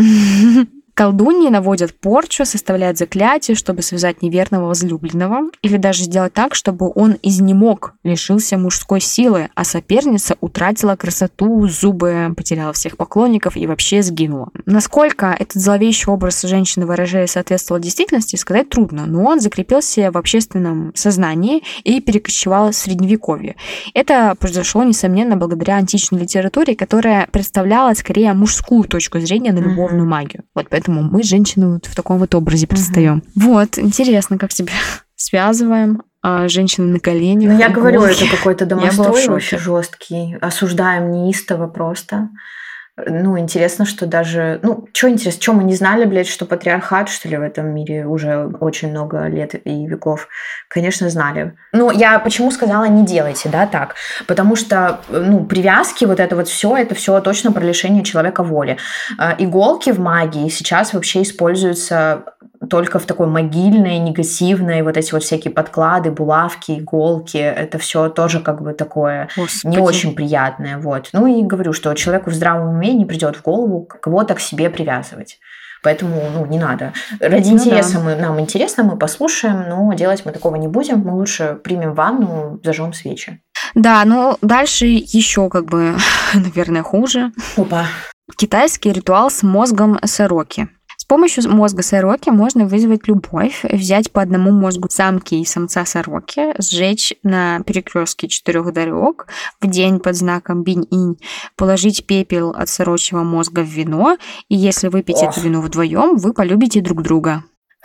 Speaker 1: Колдуньи наводят порчу, составляют заклятие, чтобы связать неверного возлюбленного, или даже сделать так, чтобы он изнемог, лишился мужской силы, а соперница утратила красоту, зубы, потеряла всех поклонников и вообще сгинула. Насколько этот зловещий образ женщины-ворожея соответствовал действительности, сказать трудно, но он закрепился в общественном сознании и перекочевал в Средневековье. Это произошло, несомненно, благодаря античной литературе, которая представляла скорее мужскую точку зрения на любовную магию. Поэтому мы женщину в таком образе предстаем. Интересно, как тебя связываем. Женщины на коленях.
Speaker 2: Я говорю, это какой-то домострой вообще жесткий. Осуждаем неистово просто. Интересно, что даже... что интересно, что мы не знали, что патриархат, что ли, в этом мире уже очень много лет и веков? Конечно, знали. Я почему сказала, не делайте, так? Потому что, привязки, это все точно про лишение человека воли. Иголки в магии сейчас вообще используются только в такой могильной, негативной, эти всякие подклады, булавки, иголки, это все тоже такое не очень приятное. И говорю, что человеку в здравом уме не придет в голову кого-то к себе привязывать. Поэтому, не надо. Ради интереса нам интересно, мы послушаем, но делать мы такого не будем. Мы лучше примем ванну, зажжем свечи.
Speaker 1: Да, дальше еще наверное, хуже.
Speaker 2: Опа.
Speaker 1: Китайский ритуал с мозгом сороки. С помощью мозга сороки можно вызвать любовь, взять по одному мозгу самки и самца сороки, сжечь на перекрестке 4 дорог в день под знаком Бинь-инь, положить пепел от сорочьего мозга в вино, и если выпить это вино вдвоем, вы полюбите друг друга.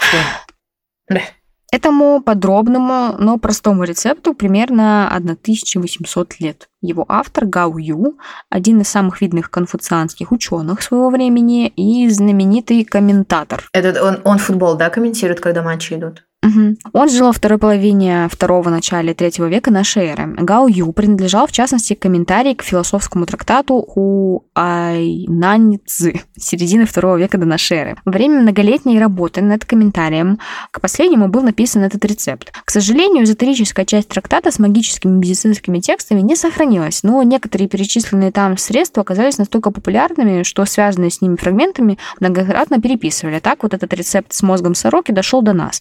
Speaker 1: Этому подробному, но простому рецепту примерно 1800 лет. Его автор Гао Ю, один из самых видных конфуцианских ученых своего времени и знаменитый комментатор.
Speaker 2: Он футбол, комментирует, когда матчи идут?
Speaker 1: Угу. Он жил во второй половине начале 3 века нашей эры. Гао Ю принадлежал, в частности, к комментарии к философскому трактату Хуайнань Цзы середины 2 века до нашей эры. Во время многолетней работы над комментарием к последнему был написан этот рецепт. К сожалению, эзотерическая часть трактата с магическими медицинскими текстами не сохранилась, но некоторые перечисленные там средства оказались настолько популярными, что связанные с ними фрагментами многократно переписывали. Так этот рецепт с мозгом сороки дошел до нас.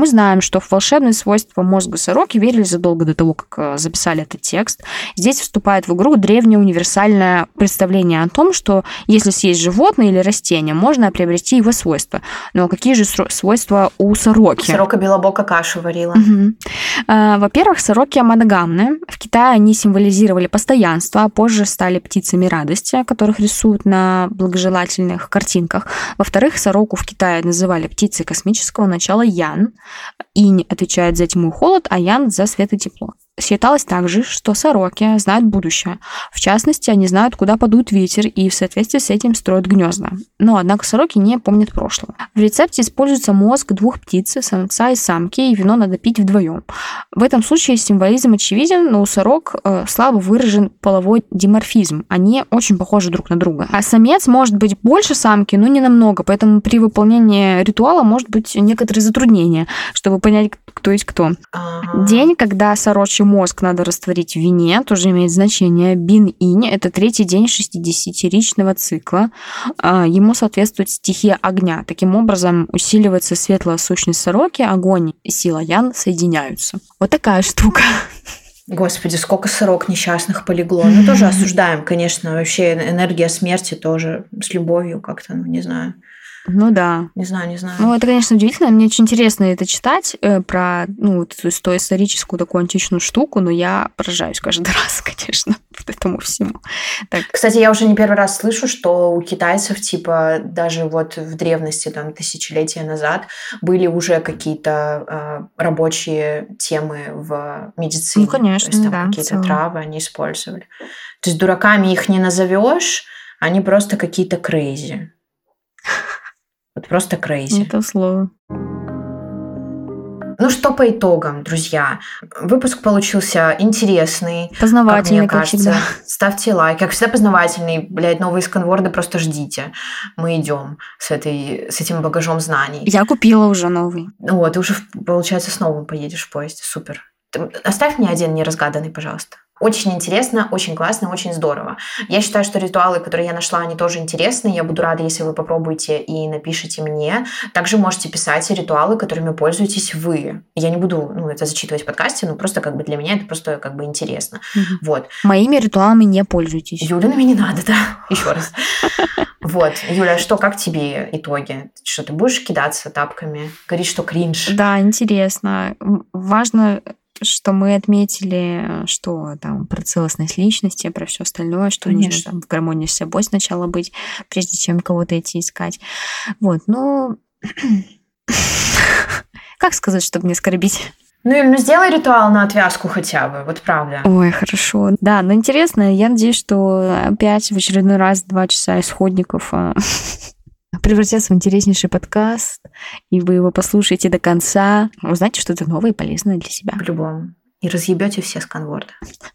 Speaker 1: Мы знаем, что в волшебные свойства мозга сороки верили задолго до того, как записали этот текст. Здесь вступает в игру древнее универсальное представление о том, что если съесть животное или растение, можно приобрести его свойства. Но какие же свойства у сороки?
Speaker 2: Сорока белобока кашу варила.
Speaker 1: Во-первых, сороки моногамные. В Китае они символизировали постоянство, а позже стали птицами радости, которых рисуют на благожелательных картинках. Во-вторых, сороку в Китае называли птицей космического начала Ян. Инь отвечает за тьму и холод, а Ян за свет и тепло. Считалось также, что сороки знают будущее. В частности, они знают, куда подует ветер, и в соответствии с этим строят гнезда. Но, однако, сороки не помнят прошлого. В рецепте используется мозг двух птиц, самца и самки, и вино надо пить вдвоем. В этом случае символизм очевиден, но у сорок слабо выражен половой диморфизм. Они очень похожи друг на друга. А самец может быть больше самки, но не намного, поэтому при выполнении ритуала может быть некоторые затруднения, чтобы понять, кто есть кто. День, когда сорочий мозг надо растворить в вине, тоже имеет значение. Бин-инь – это 3-й день 60-ричного цикла. Ему соответствует стихия огня. Таким образом, усиливается светлая сущность сороки, огонь и сила Ян соединяются. Вот такая штука.
Speaker 2: Господи, сколько сорок несчастных полегло. Ну, тоже осуждаем, конечно. Вообще энергия смерти тоже с любовью как-то, ну, не знаю.
Speaker 1: Ну да.
Speaker 2: Не знаю.
Speaker 1: Ну, это, конечно, удивительно. Мне очень интересно это читать про эту историческую такую античную штуку, но я поражаюсь каждый раз, конечно, этому всему. Так.
Speaker 2: Кстати, я уже не первый раз слышу, что у китайцев, типа, даже вот в древности, там, тысячелетия назад, были уже какие-то рабочие темы в медицине.
Speaker 1: Ну, конечно,
Speaker 2: то есть там
Speaker 1: да,
Speaker 2: какие-то травы они использовали. То есть дураками их не назовешь, они просто какие-то крейзи. Вот просто крейзи.
Speaker 1: Это слово.
Speaker 2: Ну что по итогам, друзья? Выпуск получился интересный.
Speaker 1: Познавательный,
Speaker 2: как мне кажется.
Speaker 1: как всегда.
Speaker 2: Ставьте лайк. Как всегда познавательный. Новые сканворды просто ждите. Мы идем с этим багажом знаний.
Speaker 1: Я купила уже новый.
Speaker 2: Вот, ты уже, получается, с новым поедешь в поезде. Супер. Оставь мне один неразгаданный, пожалуйста. Очень интересно, очень классно, очень здорово. Я считаю, что ритуалы, которые я нашла, они тоже интересны. Я буду рада, если вы попробуете и напишите мне. Также можете писать ритуалы, которыми пользуетесь вы. Я не буду это зачитывать в подкасте, но просто для меня это просто интересно. Вот.
Speaker 1: Моими ритуалами не пользуйтесь.
Speaker 2: Юлиными не надо, да? Еще раз. Вот. Юля, как тебе итоги? Что, ты будешь кидаться тапками? Говоришь, что кринж?
Speaker 1: Да, интересно. Важно, что мы отметили, что там про целостность личности, про все остальное, что
Speaker 2: Конечно.
Speaker 1: нужно там в гармонии с собой сначала быть, прежде чем кого-то идти искать. Вот, как сказать, чтобы не оскорбить?
Speaker 2: Ну, сделай ритуал на отвязку хотя бы, вот правда.
Speaker 1: Ой, хорошо. Да, но интересно, я надеюсь, что опять в очередной раз 2 часа исходников превратятся в интереснейший подкаст, и вы его послушаете до конца, узнаете что-то новое и полезное для себя.
Speaker 2: По-любому. И разъебете все сканворды.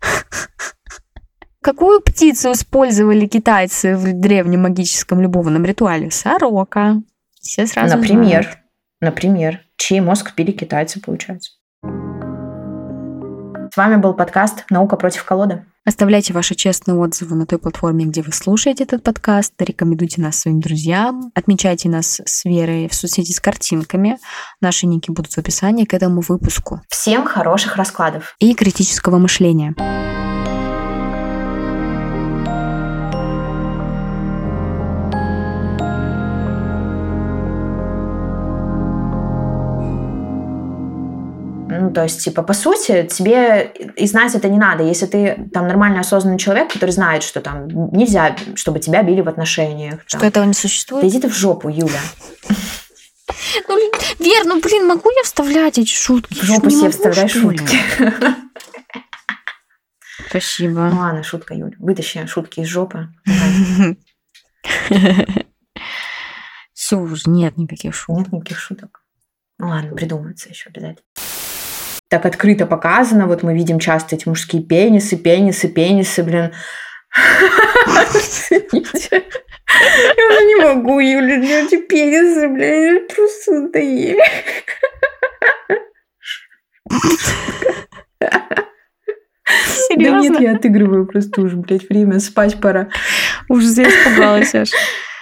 Speaker 1: Какую птицу использовали китайцы в древнем магическом любовном ритуале? Сорока. Все сразу знают.
Speaker 2: Например. Чей мозг пили китайцы, получается. С вами был подкаст «Наука против колоды».
Speaker 1: Оставляйте ваши честные отзывы на той платформе, где вы слушаете этот подкаст. Рекомендуйте нас своим друзьям. Отмечайте нас с Верой в соцсети с картинками. Наши ники будут в описании к этому выпуску.
Speaker 2: Всем хороших раскладов.
Speaker 1: И критического мышления.
Speaker 2: То есть, по сути, тебе и знать это не надо. Если ты там нормальный, осознанный человек, который знает, что там нельзя, чтобы тебя били в отношениях.
Speaker 1: Что этого не существует?
Speaker 2: Да иди ты в жопу, Юля.
Speaker 1: Вер, могу я вставлять эти шутки?
Speaker 2: В жопу себе вставляй шутки.
Speaker 1: Спасибо.
Speaker 2: Ну ладно, шутка, Юля. Вытащи шутки из жопы.
Speaker 1: Все, уже нет никаких шуток.
Speaker 2: Нет никаких шуток. Ну ладно, придумается еще обязательно. Так открыто показано. Вот мы видим часто эти мужские пенисы, блин. Извините. Я уже не могу, Юля, эти пенисы, блин, просто надоели.
Speaker 1: Серьезно?
Speaker 2: Да нет, я отыгрываю просто уже, блядь, время, спать пора.
Speaker 1: Ужас, я испугалась аж.